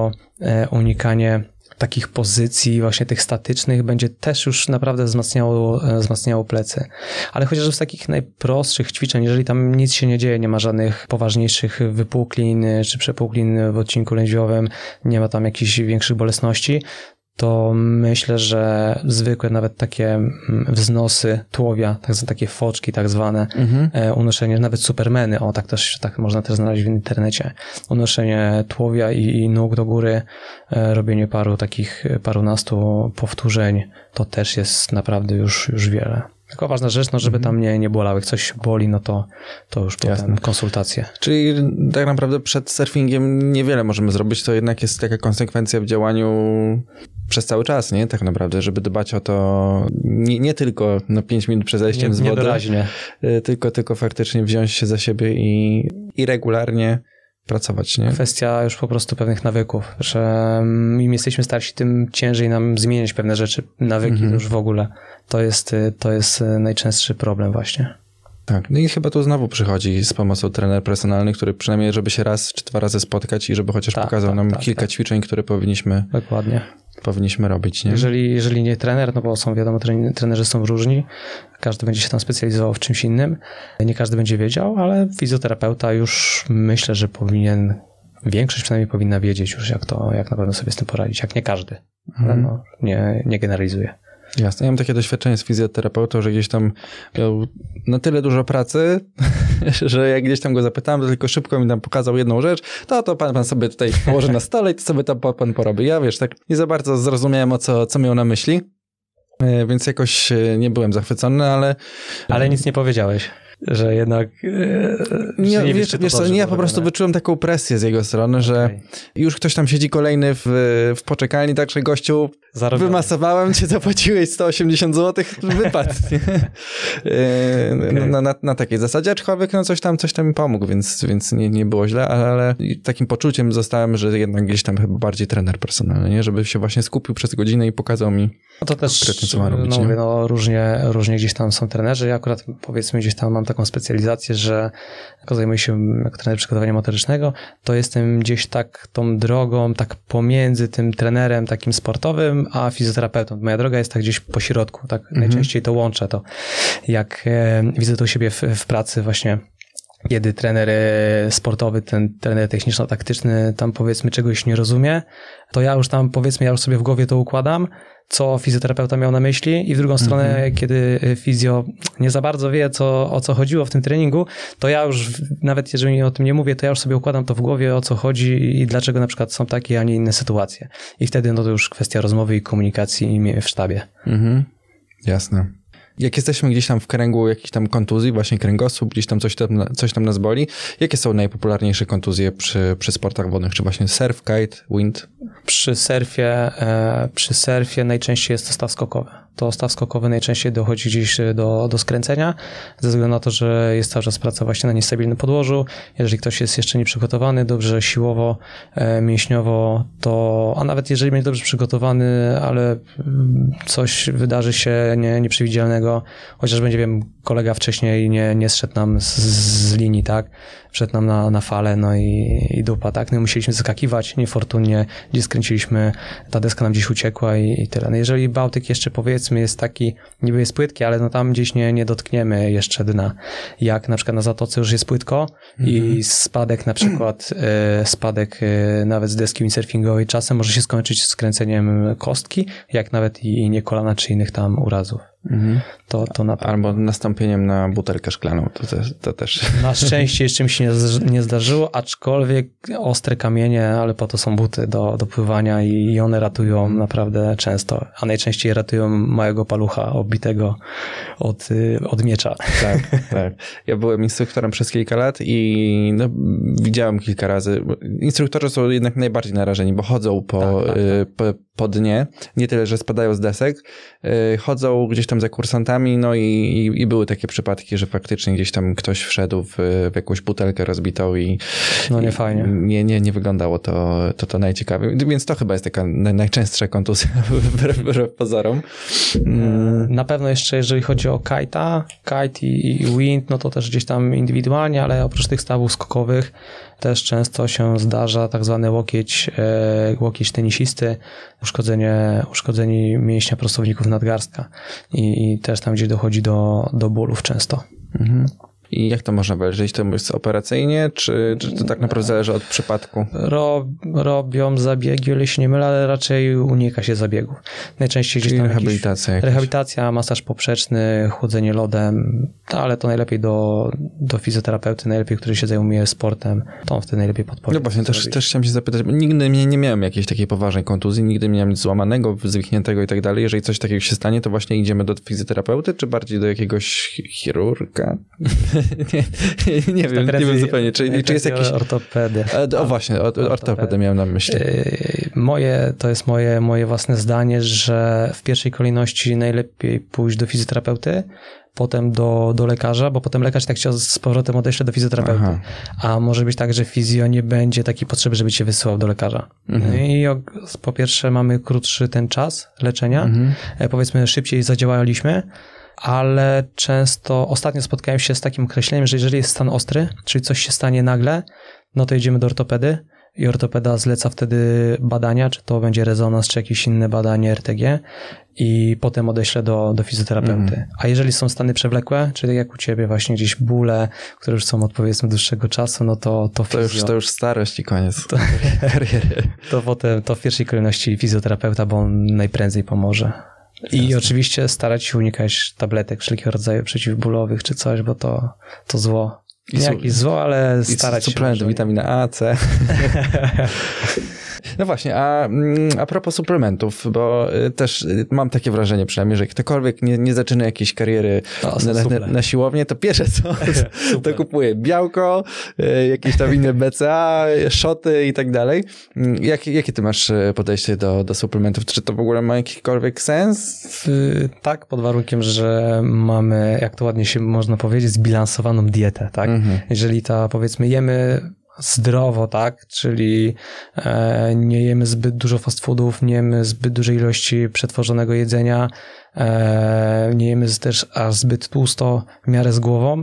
takich pozycji właśnie tych statycznych będzie też już naprawdę wzmacniało plecy. Ale chociażby z takich najprostszych ćwiczeń, jeżeli tam nic się nie dzieje, nie ma żadnych poważniejszych wypuklin czy przepuklin w odcinku lędźwiowym, nie ma tam jakichś większych bolesności, to myślę, że zwykłe nawet takie wznosy tułowia, takie foczki tak zwane, unoszenie, nawet supermeny, tak można też znaleźć w internecie, unoszenie tułowia i nóg do góry, robienie parunastu powtórzeń, to też jest naprawdę już wiele. Tylko ważna rzecz, żeby tam nie bolały. Jak coś boli, to już potem konsultacje. Czyli tak naprawdę przed surfingiem niewiele możemy zrobić, to jednak jest taka konsekwencja w działaniu przez cały czas, nie? Tak naprawdę, żeby dbać o to nie tylko 5 minut przed zejściem z wody, niedoraźnie. tylko faktycznie wziąć się za siebie i regularnie pracować, nie? Kwestia już po prostu pewnych nawyków, że im jesteśmy starsi, tym ciężej nam zmieniać pewne rzeczy, nawyki już w ogóle. To jest najczęstszy problem właśnie. Tak, no i chyba tu znowu przychodzi z pomocą trener personalny, który przynajmniej, żeby się raz czy 2 razy spotkać i żeby chociaż pokazał nam kilka ćwiczeń, które powinniśmy robić, nie? Jeżeli nie trener, no bo wiadomo, trenerzy są różni, każdy będzie się tam specjalizował w czymś innym, nie każdy będzie wiedział, ale fizjoterapeuta już myślę, że większość przynajmniej powinna wiedzieć już, jak na pewno sobie z tym poradzić, jak nie każdy, ale nie generalizuję. Jasne. Ja mam takie doświadczenie z fizjoterapeutą, że gdzieś tam miał na tyle dużo pracy, że jak gdzieś tam go zapytałem, to tylko szybko mi tam pokazał jedną rzecz, to pan sobie tutaj położy na stole i to sobie tam pan porobi. Ja tak nie za bardzo zrozumiałem, co miał na myśli, więc jakoś nie byłem zachwycony, ale... Ale nic nie powiedziałeś. Że jednak... ja po prostu wyczułem taką presję z jego strony, że już ktoś tam siedzi kolejny w poczekalni, tak, że gościu, wymasowałem cię, zapłaciłeś 180 zł, wypadł. Na takiej zasadzie, aczkolwiek coś tam mi pomógł, więc nie było źle, ale takim poczuciem zostałem, że jednak gdzieś tam chyba bardziej trener personalny, nie? Żeby się właśnie skupił przez godzinę i pokazał mi to też, co ma robić. Różnie gdzieś tam są trenerzy. Ja akurat powiedzmy gdzieś tam mam taką specjalizację, że jako zajmuję się jako trener przygotowania motorycznego, to jestem gdzieś tak tą drogą, tak pomiędzy tym trenerem takim sportowym, a fizjoterapeutą. Moja droga jest tak gdzieś po środku, tak najczęściej to łączę to. Jak widzę to u siebie w pracy właśnie, kiedy trener sportowy, ten trener techniczno-taktyczny tam powiedzmy czegoś nie rozumie, to ja już sobie w głowie to układam, co fizjoterapeuta miał na myśli i w drugą stronę, kiedy fizjo nie za bardzo wie, o co chodziło w tym treningu, to ja już, nawet jeżeli o tym nie mówię, to ja już sobie układam to w głowie, o co chodzi i dlaczego na przykład są takie, a nie inne sytuacje. I wtedy to już kwestia rozmowy i komunikacji w sztabie. Jasne. Jak jesteśmy gdzieś tam w kręgu jakichś tam kontuzji, właśnie kręgosłup, gdzieś tam coś tam nas boli, jakie są najpopularniejsze kontuzje przy sportach wodnych? Czy właśnie surf, kite, wind? Przy surfie najczęściej jest to staw skokowy. To staw skokowy najczęściej dochodzi gdzieś do skręcenia, ze względu na to, że jest cały czas praca właśnie na niestabilnym podłożu. Jeżeli ktoś jest jeszcze nieprzygotowany dobrze siłowo, mięśniowo, a nawet jeżeli będzie dobrze przygotowany, ale coś wydarzy się nieprzewidzialnego, chociaż będzie, kolega wcześniej nie zszedł nam z linii, tak? Wszedł nam na falę, no i dupa, tak? No i musieliśmy zaskakiwać niefortunnie, gdzie skręciliśmy, ta deska nam gdzieś uciekła i tyle. No jeżeli Bałtyk jeszcze powiedzmy jest taki, niby jest płytki, ale tam gdzieś nie dotkniemy jeszcze dna. Jak na przykład na Zatoce już jest płytko i spadek na przykład, nawet z deski windsurfingowej czasem może się skończyć skręceniem kostki, jak nawet i nie kolana czy innych tam urazów. To na pewno. Albo nastąpieniem na butelkę szklaną, to też. Na szczęście jeszcze mi się nie zdarzyło, aczkolwiek ostre kamienie, ale po to są buty do pływania i one ratują naprawdę często, a najczęściej ratują małego palucha obitego od miecza. Tak. Ja byłem instruktorem przez kilka lat i widziałem kilka razy. Instruktorzy są jednak najbardziej narażeni, bo chodzą po dnie, nie tyle, że spadają z desek, chodzą gdzieś tam za kursantami, no i były takie przypadki, że faktycznie gdzieś tam ktoś wszedł w jakąś butelkę rozbitą i nie fajnie. Nie wyglądało to najciekawiej, więc to chyba jest taka najczęstsza kontuzja wbrew pozorom. Na pewno jeszcze jeżeli chodzi o kite i wind, no to też gdzieś tam indywidualnie, ale oprócz tych stawów skokowych też często się zdarza tak zwany łokieć tenisisty, uszkodzenie mięśnia prostowników nadgarstka i też tam gdzie dochodzi do bólów często. I jak to można wejrzeć? To jest operacyjnie, czy to tak naprawdę zależy od przypadku? Robią zabiegi, o ile się nie mylę, ale raczej unika się zabiegów. Najczęściej gdzieś tam rehabilitacja, masaż poprzeczny, chłodzenie lodem, ale to najlepiej do fizjoterapeuty, najlepiej, który się zajmuje sportem, to on wtedy najlepiej podpowie. No właśnie, też chciałem się zapytać, bo nigdy nie miałem jakiejś takiej poważnej kontuzji, nigdy nie miałem nic złamanego, zwichniętego i tak dalej. Jeżeli coś takiego się stanie, to właśnie idziemy do fizjoterapeuty, czy bardziej do jakiegoś chirurga? nie wiem zupełnie. Czy jest jakiś... Ortopedy. Właśnie, ortopedę miałem na myśli. To jest moje własne zdanie, że w pierwszej kolejności najlepiej pójść do fizjoterapeuty, potem do lekarza, bo potem lekarz tak chciał z powrotem odeśle do fizjoterapeuty. Aha. A może być tak, że fizjo nie będzie takiej potrzeby, żeby cię wysyłał do lekarza. I po pierwsze mamy krótszy ten czas leczenia, powiedzmy szybciej zadziałaliśmy, ale często ostatnio spotkałem się z takim określeniem, że jeżeli jest stan ostry, czyli coś się stanie nagle, no to jedziemy do ortopedy i ortopeda zleca wtedy badania, czy to będzie rezonans, czy jakieś inne badanie RTG i potem odeślę do fizjoterapeuty. A jeżeli są stany przewlekłe, czyli tak jak u ciebie właśnie gdzieś bóle, które już są od powiedzmy dłuższego czasu, no to to już starość i koniec kariery. To potem to w pierwszej kolejności fizjoterapeuta, bo on najprędzej pomoże. I oczywiście starać się unikać tabletek wszelkiego rodzaju przeciwbólowych czy coś, bo to zło. Nie jakieś zło, ale starać się. Suplementy, witamina A, C. No właśnie, a propos suplementów, bo też mam takie wrażenie przynajmniej, że ktokolwiek nie zaczyna jakiejś kariery na siłownię, to pierwsze co, to kupuje białko, jakieś tam inne BCA, szoty i tak dalej. Jakie ty masz podejście do suplementów? Czy to w ogóle ma jakikolwiek sens? Tak, pod warunkiem, że mamy, jak to ładnie się można powiedzieć, zbilansowaną dietę, tak? Jeżeli powiedzmy jemy zdrowo, tak, czyli nie jemy zbyt dużo fast foodów, nie jemy zbyt dużej ilości przetworzonego jedzenia, nie jemy też aż zbyt tłusto w miarę z głową,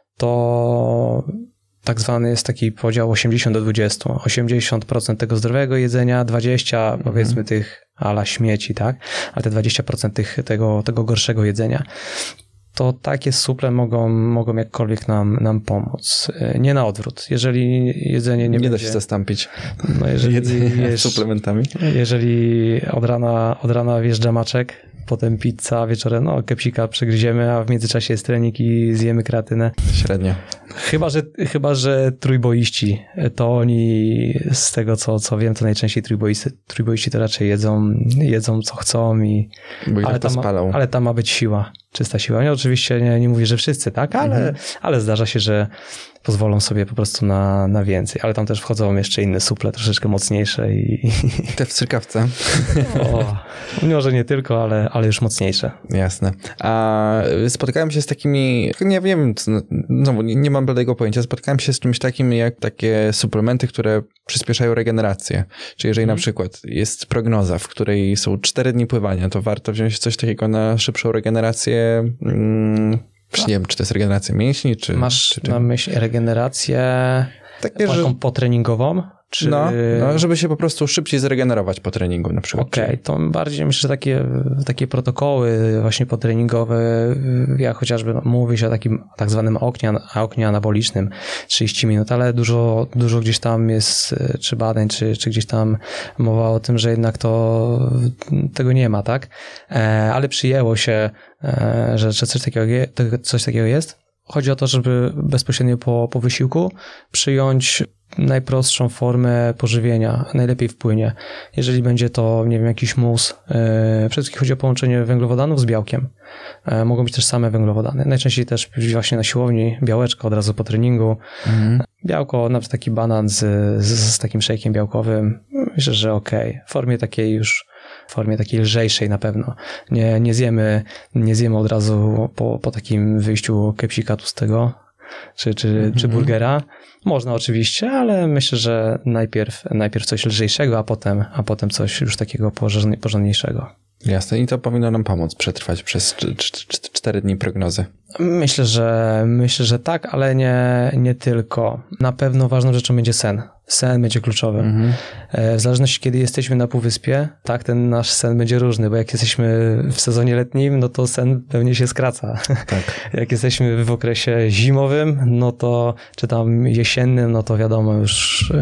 to tak zwany jest taki podział 80/20. 80% tego zdrowego jedzenia, 20% powiedzmy tych ala śmieci, tak, a te 20% tego gorszego jedzenia. To takie suple mogą jakkolwiek nam pomóc. Nie na odwrót. Jeżeli jedzenie nie da się zastąpić jedzenie suplementami. Jeżeli od rana wjeżdża maczek, potem pizza, wieczorem kepsika przegryziemy, a w międzyczasie jest trening i zjemy kreatynę. Średnio. Chyba, że trójboiści, to oni z tego co wiem, to najczęściej trójboiści to raczej jedzą co chcą ale tam ma być siła, czysta siła. Ja oczywiście nie mówię, że wszyscy, tak, ale zdarza się, że pozwolą sobie po prostu na więcej, ale tam też wchodzą jeszcze inne suple, troszeczkę mocniejsze i... Te w strzykawce. Może nie tylko, ale już mocniejsze. Jasne. A spotkałem się z takimi, nie wiem, znowu nie mam bladego pojęcia, spotkałem się z czymś takim jak takie suplementy, które przyspieszają regenerację. Czyli jeżeli na przykład jest prognoza, w której są 4 dni pływania, to warto wziąć coś takiego na szybszą regenerację. Nie wiem, czy to jest regeneracja mięśni, czy... Masz na myśli regenerację taką potreningową? Czy... No, żeby się po prostu szybciej zregenerować po treningu na przykład. Okej, to bardziej myślę, że takie protokoły właśnie potreningowe, jak chociażby mówi się o takim tak zwanym oknie anabolicznym, 30 minut, ale dużo gdzieś tam jest, czy badań, czy gdzieś tam mowa o tym, że jednak tego nie ma, tak? Ale przyjęło się, że coś takiego jest. Chodzi o to, żeby bezpośrednio po wysiłku przyjąć najprostszą formę pożywienia, najlepiej w płynie. Jeżeli będzie to, nie wiem, jakiś mus, przede wszystkim chodzi o połączenie węglowodanów z białkiem. Mogą być też same węglowodany. Najczęściej też właśnie na siłowni białeczko od razu po treningu. Białko, na przykład taki banan z takim szejkiem białkowym. Myślę, że okej. W formie takiej lżejszej na pewno. Nie zjemy od razu po takim wyjściu kepsika tłustego czy burgera. Można oczywiście, ale myślę, że najpierw coś lżejszego, a potem coś już takiego porządniejszego. Jasne. I to powinno nam pomóc przetrwać przez 4 dni prognozy. Myślę, że tak, ale nie tylko. Na pewno ważną rzeczą będzie sen. Sen będzie kluczowy. W zależności kiedy jesteśmy na półwyspie, tak, ten nasz sen będzie różny, bo jak jesteśmy w sezonie letnim, no to sen pewnie się skraca. Tak. Jak jesteśmy w okresie zimowym, no to czy tam jesiennym, no to wiadomo, już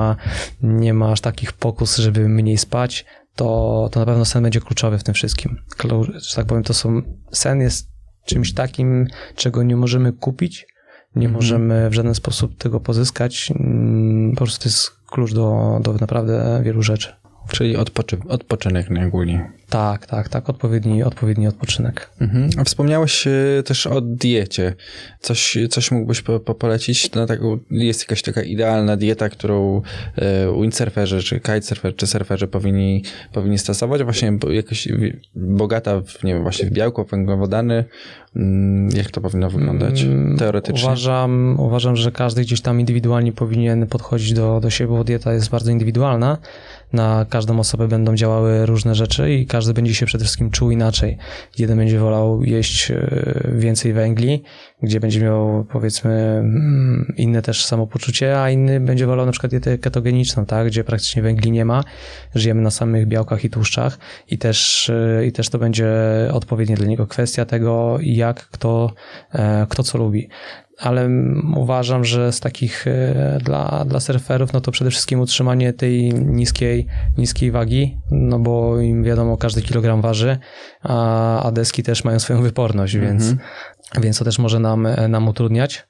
nie ma aż takich pokus, żeby mniej spać, to na pewno sen będzie kluczowy w tym wszystkim. Że tak powiem, sen jest czymś takim, czego nie możemy kupić, nie możemy w żaden sposób tego pozyskać. Po prostu to jest klucz do naprawdę wielu rzeczy. Czyli odpoczynek najogólniej. Tak. Odpowiedni odpoczynek. A wspomniałeś też o diecie. Coś mógłbyś polecić? No, jest jakaś taka idealna dieta, którą windsurferzy, czy kitesurferzy, czy surferzy powinni stosować? Właśnie jakoś bogata w białko, węglowodany. Jak to powinno wyglądać teoretycznie? Uważam, że każdy gdzieś tam indywidualnie powinien podchodzić do siebie, bo dieta jest bardzo indywidualna. Na każdą osobę będą działały różne rzeczy i każdy będzie się przede wszystkim czuł inaczej. Jeden będzie wolał jeść więcej węgli, gdzie będzie miał, powiedzmy, inne też samopoczucie, a inny będzie wolał na przykład dietę ketogeniczną, tak, gdzie praktycznie węgli nie ma, żyjemy na samych białkach i tłuszczach i też to będzie odpowiednie dla niego. Kwestia tego, jak kto co lubi. Ale uważam, że z takich dla surferów, no to przede wszystkim utrzymanie tej niskiej wagi, no bo im wiadomo, każdy kilogram waży, a deski też mają swoją wyporność, więc to też może nam utrudniać.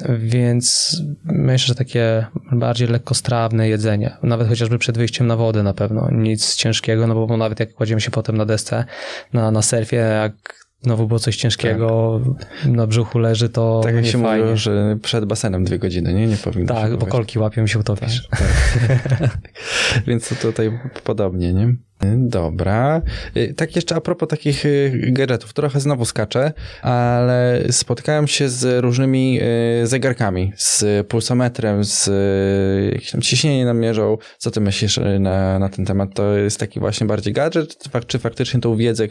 Więc myślę, że takie bardziej lekkostrawne jedzenie, nawet chociażby przed wyjściem na wodę na pewno, nic ciężkiego, no bo nawet jak kładziemy się potem na desce, na surfie, jak znowu było coś ciężkiego, na brzuchu leży, to tak jak nie się fajnie. mówiło, że przed basenem 2 godziny, nie powinno Tak, się bo kolki łapią i się utopisz. Tak. Więc to tutaj podobnie, nie? Dobra. Tak jeszcze a propos takich gadżetów, trochę znowu skaczę, ale spotkałem się z różnymi zegarkami, z pulsometrem, z jakieś tam ciśnienie nam mierzą. Co ty myślisz na ten temat? To jest taki właśnie bardziej gadżet, czy faktycznie tą wiedzę,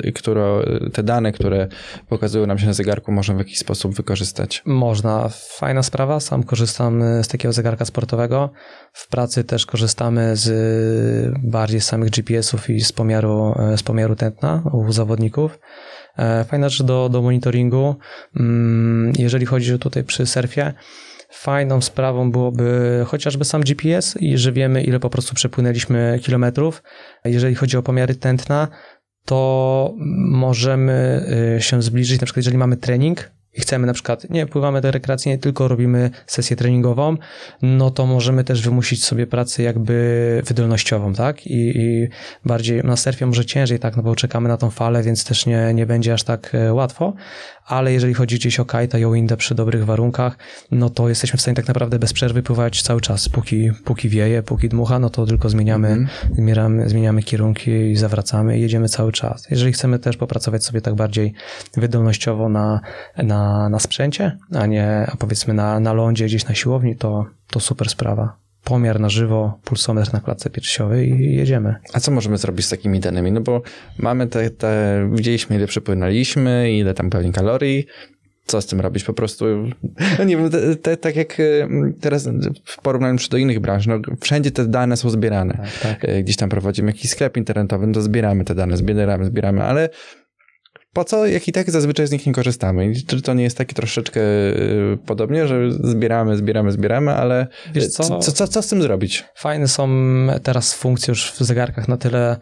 te dane, które pokazują nam się na zegarku, można w jakiś sposób wykorzystać? Można. Fajna sprawa. Sam korzystam z takiego zegarka sportowego. W pracy też korzystamy bardziej z samych GPS-ów i z pomiaru tętna u zawodników. Fajna rzecz do monitoringu. Jeżeli chodzi tutaj przy surfie, fajną sprawą byłoby chociażby sam GPS i że wiemy, ile po prostu przepłynęliśmy kilometrów. Jeżeli chodzi o pomiary tętna, to możemy się zbliżyć, na przykład jeżeli mamy trening i chcemy na przykład, nie pływamy do rekreacyjnej, tylko robimy sesję treningową, no to możemy też wymusić sobie pracę jakby wydolnościową, tak? I bardziej na surfie może ciężej, tak? No bo czekamy na tą falę, więc też nie będzie aż tak łatwo, ale jeżeli chodzi gdzieś o kite'a i o windę przy dobrych warunkach, no to jesteśmy w stanie tak naprawdę bez przerwy pływać cały czas, póki wieje, póki dmucha, no to tylko zmieniamy kierunki i zawracamy i jedziemy cały czas. Jeżeli chcemy też popracować sobie tak bardziej wydolnościowo na sprzęcie, a powiedzmy na lądzie, gdzieś na siłowni, to super sprawa. Pomiar na żywo, pulsometr na klatce piersiowej i jedziemy. A co możemy zrobić z takimi danymi? No bo mamy widzieliśmy, ile przepłynęliśmy, ile tam pewnie kalorii. Co z tym robić? Po prostu, no nie wiem, tak jak teraz w porównaniu do innych branż, no wszędzie te dane są zbierane. Tak. Gdzieś tam prowadzimy jakiś sklep internetowy, no to zbieramy te dane, zbieramy, ale po co, jak i tak zazwyczaj z nich nie korzystamy? Czy to nie jest takie troszeczkę podobnie, że zbieramy, ale wiesz co z tym zrobić? Fajne są teraz funkcje już w zegarkach na tyle,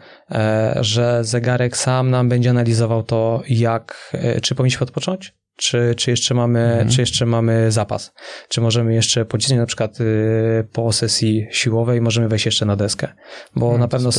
że zegarek sam nam będzie analizował to, czy powinniśmy odpocząć, czy jeszcze mamy zapas, czy możemy jeszcze pocisnąć na przykład po sesji siłowej możemy wejść jeszcze na deskę, bo na pewno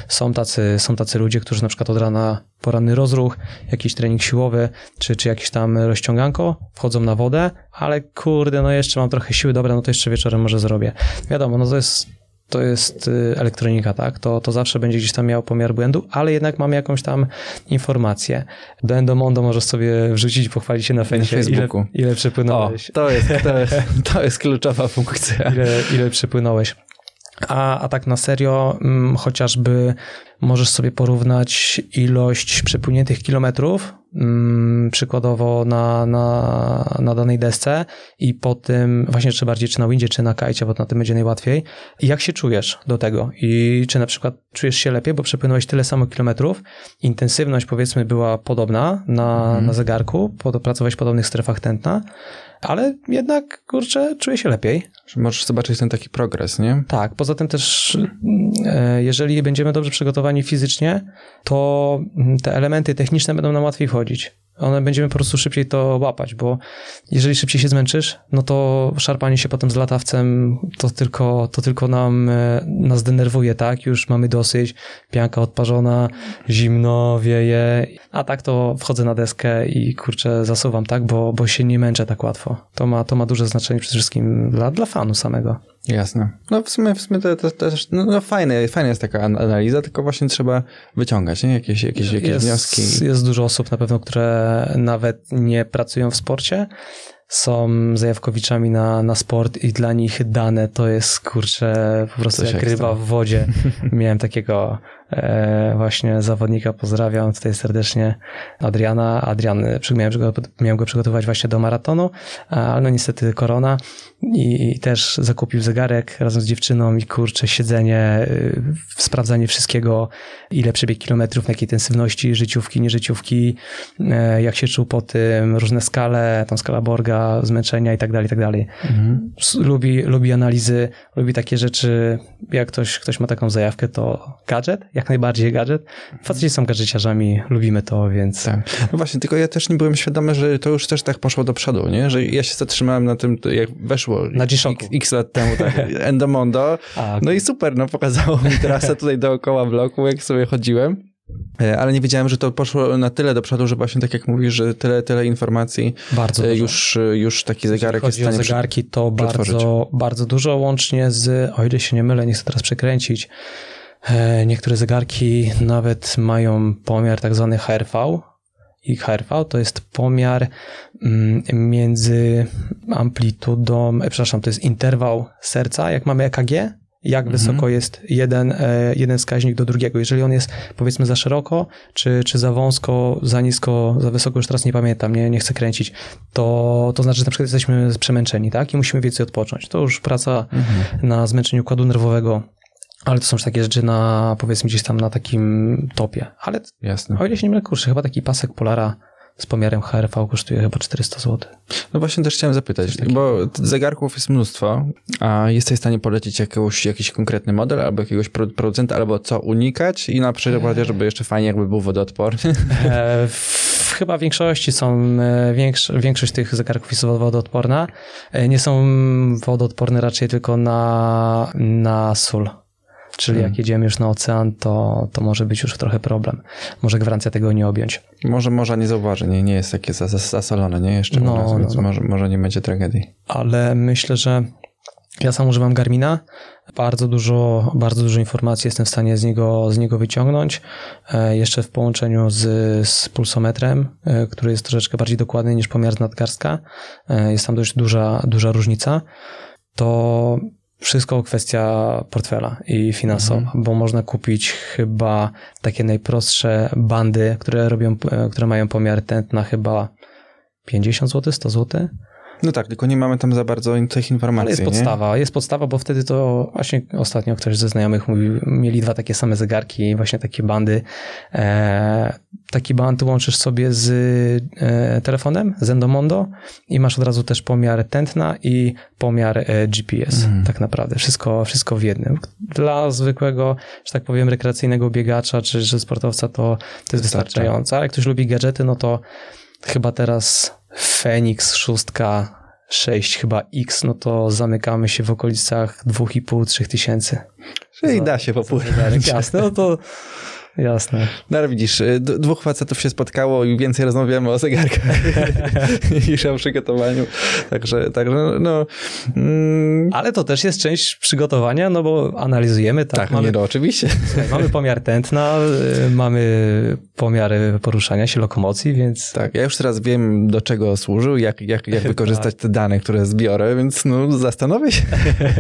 są tacy ludzie, którzy na przykład od rana poranny rozruch, jakiś trening siłowy, czy jakieś tam rozciąganko, wchodzą na wodę, ale kurde, no jeszcze mam trochę siły, dobra, no to jeszcze wieczorem może zrobię. Wiadomo, no to jest elektronika, tak? To zawsze będzie gdzieś tam miał pomiar błędu, ale jednak mamy jakąś tam informację. Do Endomondo możesz sobie wrzucić i pochwalić się na Facebooku. Ile przepłynąłeś. To jest kluczowa funkcja. Ile przepłynąłeś. A tak na serio, chociażby możesz sobie porównać ilość przepłyniętych kilometrów, przykładowo na danej desce i po tym właśnie czy bardziej czy na windzie, czy na kajcie, bo na tym będzie najłatwiej. I jak się czujesz do tego? I czy na przykład czujesz się lepiej, bo przepłynąłeś tyle samo kilometrów, intensywność powiedzmy była podobna na zegarku, pracowałeś w podobnych strefach tętna, ale jednak, kurczę, czuję się lepiej. Możesz zobaczyć ten taki progres, nie? Tak, poza tym też jeżeli będziemy dobrze przygotowani fizycznie, to te elementy techniczne będą nam łatwiej wchodzić. Będziemy po prostu szybciej to łapać, bo jeżeli szybciej się zmęczysz, no to szarpanie się potem z latawcem to tylko nas denerwuje, tak? Już mamy dosyć, pianka odparzona, zimno, wieje, a tak to wchodzę na deskę i kurczę zasuwam, tak? Bo się nie męczę tak łatwo. To ma duże znaczenie przede wszystkim dla fanu samego. Jasne. No w sumie to też fajne jest taka analiza, tylko właśnie trzeba wyciągać, nie? Jakieś wnioski. Jest dużo osób na pewno, które nawet nie pracują w sporcie, są zajawkowiczami na sport i dla nich dane to jest, kurczę, po prostu jak ryba w wodzie. Miałem takiego właśnie zawodnika, pozdrawiam tutaj serdecznie, Adriana. Adrian, miałem go przygotować właśnie do maratonu, ale no niestety korona i też zakupił zegarek razem z dziewczyną i kurczę, siedzenie, sprawdzanie wszystkiego, ile przebieg kilometrów, na jakiej intensywności, życiówki, nieżyciówki, jak się czuł po tym, różne skale, tam skala Borga, zmęczenia i tak dalej, i tak dalej. Lubi analizy, lubi takie rzeczy, jak ktoś ma taką zajawkę, to gadżet, jak najbardziej gadżet. Faceci są gadżeciarzami, lubimy to, więc... Tak. No właśnie, tylko ja też nie byłem świadomy, że to już też tak poszło do przodu, nie? Że ja się zatrzymałem na tym, jak weszło na G-Shocku. X lat temu, tak, Endomondo. No i super, no pokazało mi trasę tutaj dookoła bloku, jak sobie chodziłem. Ale nie wiedziałem, że to poszło na tyle do przodu, że właśnie tak jak mówisz, że tyle informacji bardzo już taki zegarek jest w stanie zegarki to bardzo dużo, łącznie z, o ile się nie mylę, nie chcę teraz przekręcić, niektóre zegarki nawet mają pomiar tak zwany HRV i HRV to jest pomiar między amplitudą, to jest interwał serca, jak mamy EKG, jak wysoko jest jeden wskaźnik do drugiego. Jeżeli on jest powiedzmy za szeroko, czy za wąsko, za nisko, za wysoko, już teraz nie pamiętam, nie chcę kręcić, to znaczy, że na przykład jesteśmy przemęczeni, tak? I musimy więcej odpocząć. To już praca na zmęczeniu układu nerwowego, ale to są już takie rzeczy powiedzmy gdzieś tam na takim topie. Ale jasne. O ile się nie mylę, kurczę, chyba taki pasek Polara z pomiarem HRV kosztuje chyba 400 zł. No właśnie też chciałem zapytać, bo zegarków jest mnóstwo, a jesteś w stanie polecić jakiś konkretny model, albo jakiegoś producenta, albo co unikać i na przykład, żeby jeszcze fajnie jakby był wodoodporny? Chyba w większości większość tych zegarków jest wodoodporna. Nie są wodoodporne raczej tylko na sól. Czyli jak jedziemy już na ocean, to może być już trochę problem. Może gwarancja tego nie objąć. Może morza nie zauważy, nie jest takie zasolone, nie? Jeszcze więc może nie będzie tragedii. Ale myślę, że ja sam używam Garmina. Bardzo dużo informacji jestem w stanie z niego wyciągnąć. Jeszcze w połączeniu z pulsometrem, który jest troszeczkę bardziej dokładny niż pomiar z nadgarstka. Jest tam dość duża różnica. To wszystko kwestia portfela i finansowa, bo można kupić chyba takie najprostsze bandy, które mają pomiar tętna chyba 50 zł, 100 zł. No tak, tylko nie mamy tam za bardzo tych informacji. Ale jest podstawa, bo wtedy to właśnie ostatnio ktoś ze znajomych mówił, mieli 2 takie same zegarki, właśnie takie bandy. Taki band łączysz sobie z telefonem, z Endomondo i masz od razu też pomiar tętna i pomiar GPS. Tak naprawdę. Wszystko w jednym. Dla zwykłego, że tak powiem, rekreacyjnego biegacza czy sportowca to jest wystarczające. Ale jak ktoś lubi gadżety, no to chyba teraz Fenix 6 chyba X, no to zamykamy się w okolicach 2,5-3 tysięcy. Czyli da się popłynąć. Jasne, no to Jasne. No ale widzisz, dwóch facetów się spotkało i więcej rozmawiamy o zegarkach niż o przygotowaniu. Także no... Ale to też jest część przygotowania, no bo analizujemy. Tak, mamy, oczywiście. Mamy pomiar tętna, mamy pomiary poruszania się, lokomocji, więc... Tak, ja już teraz wiem, do czego służył, jak wykorzystać te dane, które zbiorę, więc no zastanowię się,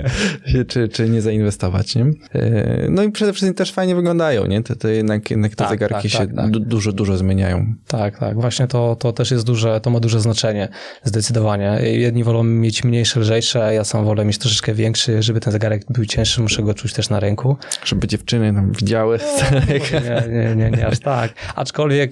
czy nie zainwestować, nie? No i przede wszystkim też fajnie wyglądają, nie? To jednak te zegarki się dużo zmieniają. Tak. Właśnie to też jest to ma duże znaczenie, zdecydowanie. Jedni wolą mieć mniejsze, lżejsze, a ja sam wolę mieć troszeczkę większy, żeby ten zegarek był cięższy, muszę go czuć też na ręku. Żeby dziewczyny nam widziały. Nie aż tak. Aczkolwiek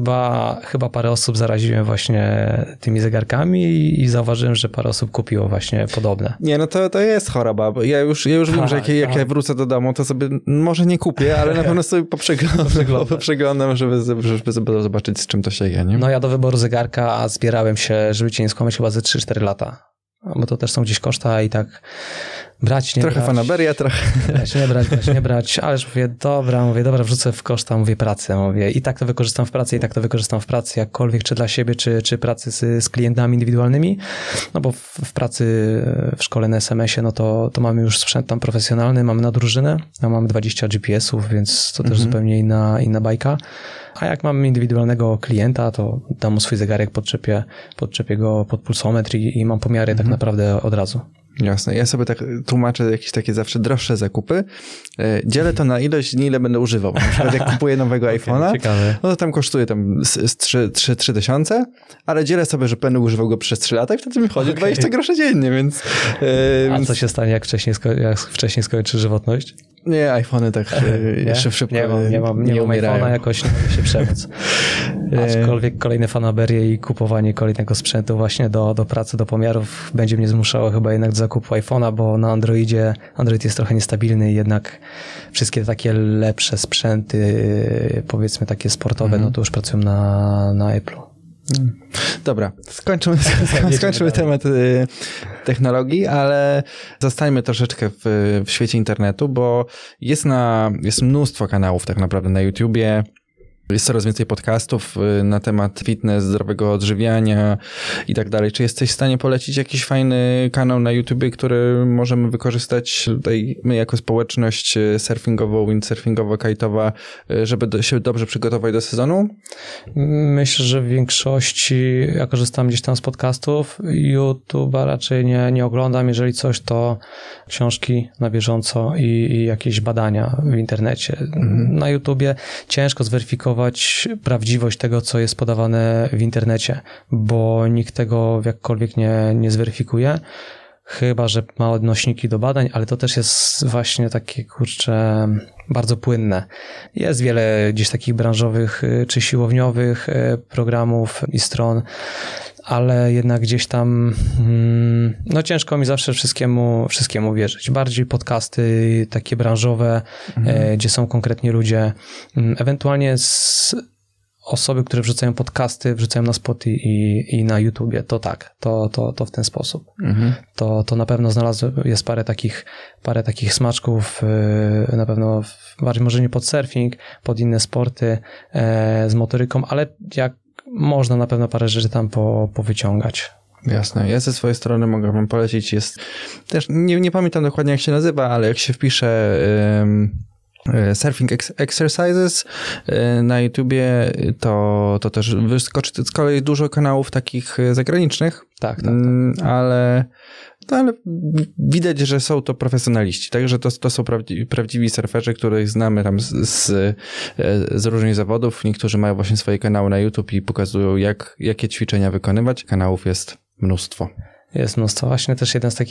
chyba parę osób zaraziłem właśnie tymi zegarkami i zauważyłem, że parę osób kupiło właśnie podobne. Nie, no to jest choroba, bo ja już wiem, że jak ja wrócę do domu, to sobie może nie kupię, ale na pewno sobie poprzeglądam, żeby zobaczyć, z czym to się je, nie? No ja do wyboru zegarka zbierałem się, żeby cię nie skłamać, chyba ze 3-4 lata. Bo to też są gdzieś koszta i tak brać, nie trochę brać. Fanaberia, trochę... Nie brać, ależ mówię, dobra, wrzucę w koszta, mówię, pracę, mówię, i tak to wykorzystam w pracy, jakkolwiek, czy dla siebie, czy pracy z klientami indywidualnymi, no bo w pracy, w szkole na SMS-ie, no to mamy już sprzęt tam profesjonalny, mamy na drużynę, a mamy 20 GPS-ów, więc to też zupełnie inna bajka. A jak mam indywidualnego klienta, to dam mu swój zegarek, podczepię go pod pulsometr i mam pomiary tak naprawdę od razu. Jasne. Ja sobie tak tłumaczę jakieś takie zawsze droższe zakupy. Dzielę to na ilość dni, ile będę używał. Na przykład jak kupuję nowego iPhone'a, no to tam kosztuje tam z 3 tysiące, ale dzielę sobie, że będę używał go przez 3 lata i wtedy mi chodzi 20 groszy dziennie, więc... A co się stanie, jak wcześniej skończy żywotność? Nie, iPhony tak szybko nie mam iPhone'a, jakoś nie mogę się przemóc. Aczkolwiek kolejne fanaberie i kupowanie kolejnego sprzętu właśnie do pracy, do pomiarów będzie mnie zmuszało chyba jednak do zakupu iPhone'a, bo na Android jest trochę niestabilny i jednak wszystkie takie lepsze sprzęty, powiedzmy takie sportowe, no to już pracują na Apple'u. Dobra, skończymy temat technologii, ale zostańmy troszeczkę w świecie internetu, bo jest mnóstwo kanałów tak naprawdę na YouTubie. Jest coraz więcej podcastów na temat fitness, zdrowego odżywiania i tak dalej. Czy jesteś w stanie polecić jakiś fajny kanał na YouTubie, który możemy wykorzystać tutaj my jako społeczność surfingowo, windsurfingowo-kite'owa, żeby się dobrze przygotować do sezonu? Myślę, że w większości, ja korzystam gdzieś tam z podcastów, YouTube'a raczej nie oglądam. Jeżeli coś, to książki na bieżąco i jakieś badania w internecie. Na YouTubie ciężko zweryfikować prawdziwość tego, co jest podawane w internecie, bo nikt tego jakkolwiek nie zweryfikuje, chyba że ma odnośniki do badań, ale to też jest właśnie takie, bardzo płynne. Jest wiele gdzieś takich branżowych czy siłowniowych programów i stron, ale jednak gdzieś tam no ciężko mi zawsze wszystkiemu wierzyć. Bardziej podcasty takie branżowe, gdzie są konkretnie ludzie, ewentualnie osoby, które wrzucają podcasty, wrzucają na Spoty i na YouTubie, to tak, to w ten sposób. To na pewno jest parę takich smaczków, na pewno bardziej może nie pod surfing, pod inne sporty z motoryką, ale jak można na pewno parę rzeczy tam powyciągać. Jasne. Ja ze swojej strony mogę wam polecić, jest też, nie pamiętam dokładnie jak się nazywa, ale jak się wpisze Surfing Exercises na YouTubie, to też wyskoczy z kolei dużo kanałów takich zagranicznych. Tak. Ale widać, że są to profesjonaliści, także to są prawdziwi surferzy, których znamy tam z różnych zawodów. Niektórzy mają właśnie swoje kanały na YouTube i pokazują, jakie ćwiczenia wykonywać. Kanałów jest mnóstwo. Jest mnóstwo. Właśnie też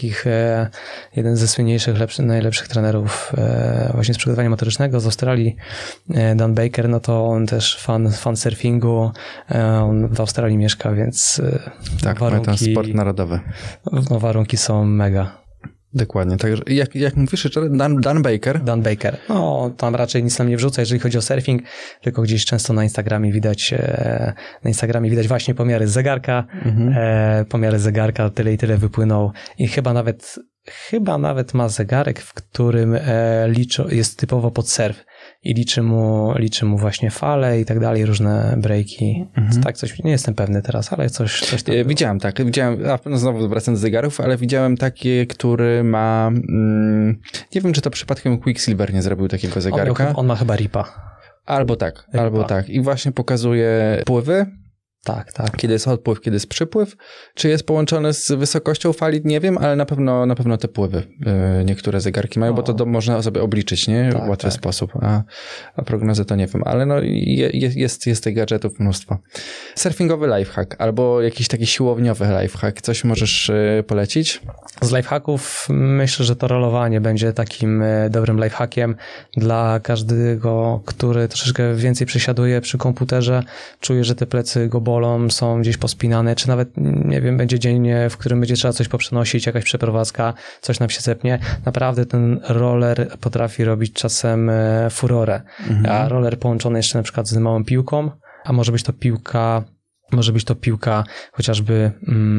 jeden ze słynniejszych, najlepszych trenerów właśnie z przygotowania motorycznego z Australii, Dan Baker, no to on też fan surfingu, on w Australii mieszka, więc tak, ma tam sport narodowy. No, warunki są mega. Dokładnie, także jak mówisz, Dan Baker. Dan Baker. No, tam raczej nic nam nie wrzuca, jeżeli chodzi o surfing, tylko gdzieś często na Instagramie widać właśnie pomiary z zegarka, tyle i tyle wypłynął i chyba nawet chyba nawet ma zegarek, w którym jest typowo pod surf i liczy mu właśnie fale i tak dalej, różne breaki. Tak, coś, nie jestem pewny teraz, ale coś tam widziałem, znowu wracam do zegarów, ale widziałem takie, który ma, nie wiem, czy to przypadkiem Quicksilver nie zrobił takiego zegarka. On ma chyba Ripa. Albo tak. I właśnie pokazuje pływy. Tak. Kiedy jest odpływ, kiedy jest przypływ. Czy jest połączone z wysokością fali? Nie wiem, ale na pewno te pływy niektóre zegarki mają, bo to można sobie obliczyć, nie? W łatwy sposób. A prognozy to nie wiem, ale no jest tych gadżetów mnóstwo. Surfingowy lifehack albo jakiś taki siłowniowy lifehack. Coś możesz polecić? Z lifehacków myślę, że to rolowanie będzie takim dobrym lifehackiem dla każdego, który troszeczkę więcej przesiaduje przy komputerze, czuje, że te plecy go bolą, są gdzieś pospinane, czy nawet, nie wiem, będzie dzień, w którym będzie trzeba coś poprzenosić, jakaś przeprowadzka, coś nam się zepnie. Naprawdę ten roller potrafi robić czasem furorę. A roller połączony jeszcze na przykład z małą piłką, a może być to piłka chociażby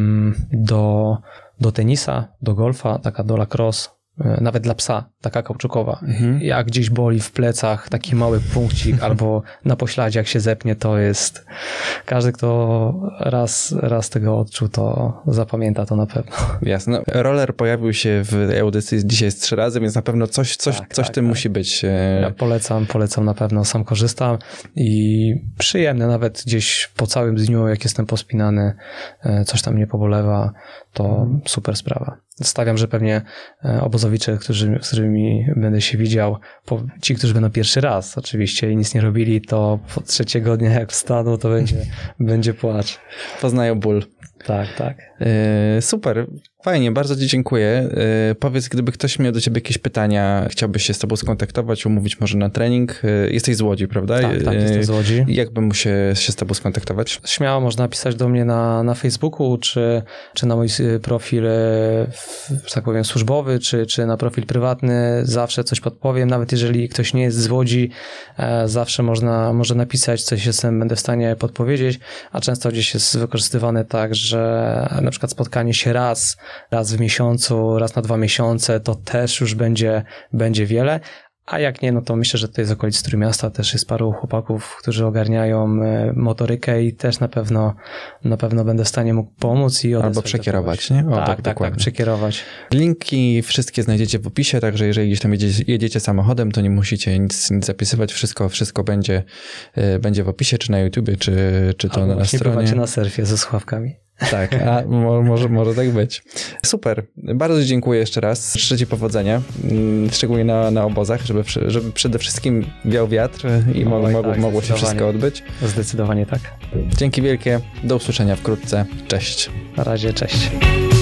do tenisa, do golfa, taka do lacrosse, nawet dla psa, taka kauczukowa. Jak gdzieś boli w plecach taki mały punkcik albo na pośladzie jak się zepnie, to jest każdy, kto raz tego odczuł, to zapamięta to na pewno. Jasne. Roller pojawił się w audycji dzisiaj z 3 razy, więc na pewno coś w tym musi być. Ja polecam na pewno, sam korzystam i przyjemne nawet gdzieś po całym dniu, jak jestem pospinany, coś tam nie pobolewa, to super sprawa. Stawiam, że pewnie obozowicze, z którymi będę się widział, ci, którzy będą pierwszy raz oczywiście i nic nie robili, to po 3 dnia jak wstaną, to będzie płacz. Poznają ból. Tak. Super, fajnie, bardzo Ci dziękuję. Powiedz, gdyby ktoś miał do Ciebie jakieś pytania, chciałbyś się z Tobą skontaktować, umówić może na trening. Jesteś z Łodzi, prawda? Tak, jestem z Łodzi. Jak by mu się z Tobą skontaktować? Śmiało można napisać do mnie na Facebooku, czy na mój profil, że tak powiem, służbowy, czy na profil prywatny. Zawsze coś podpowiem, nawet jeżeli ktoś nie jest z Łodzi, zawsze może napisać, coś będę w stanie podpowiedzieć, a często gdzieś jest wykorzystywane tak, że na przykład spotkanie się raz w miesiącu, raz na 2 miesiące, to też już będzie wiele. A jak nie, no to myślę, że tutaj z okolic Trójmiasta też jest paru chłopaków, którzy ogarniają motorykę i też na pewno będę w stanie mu pomóc i albo przekierować, nie? Tak, przekierować. Linki wszystkie znajdziecie w opisie, także jeżeli gdzieś tam jedziecie samochodem, to nie musicie nic zapisywać, wszystko będzie w opisie, czy na YouTubie, czy to na stronie. Pływacie na surfie ze słuchawkami. Tak, a może tak być. Super, bardzo dziękuję jeszcze raz. Życzę Ci powodzenia, szczególnie na obozach, żeby przede wszystkim wiał wiatr i mogło się wszystko odbyć. Zdecydowanie tak. Dzięki wielkie, do usłyszenia wkrótce. Cześć. Na razie, cześć.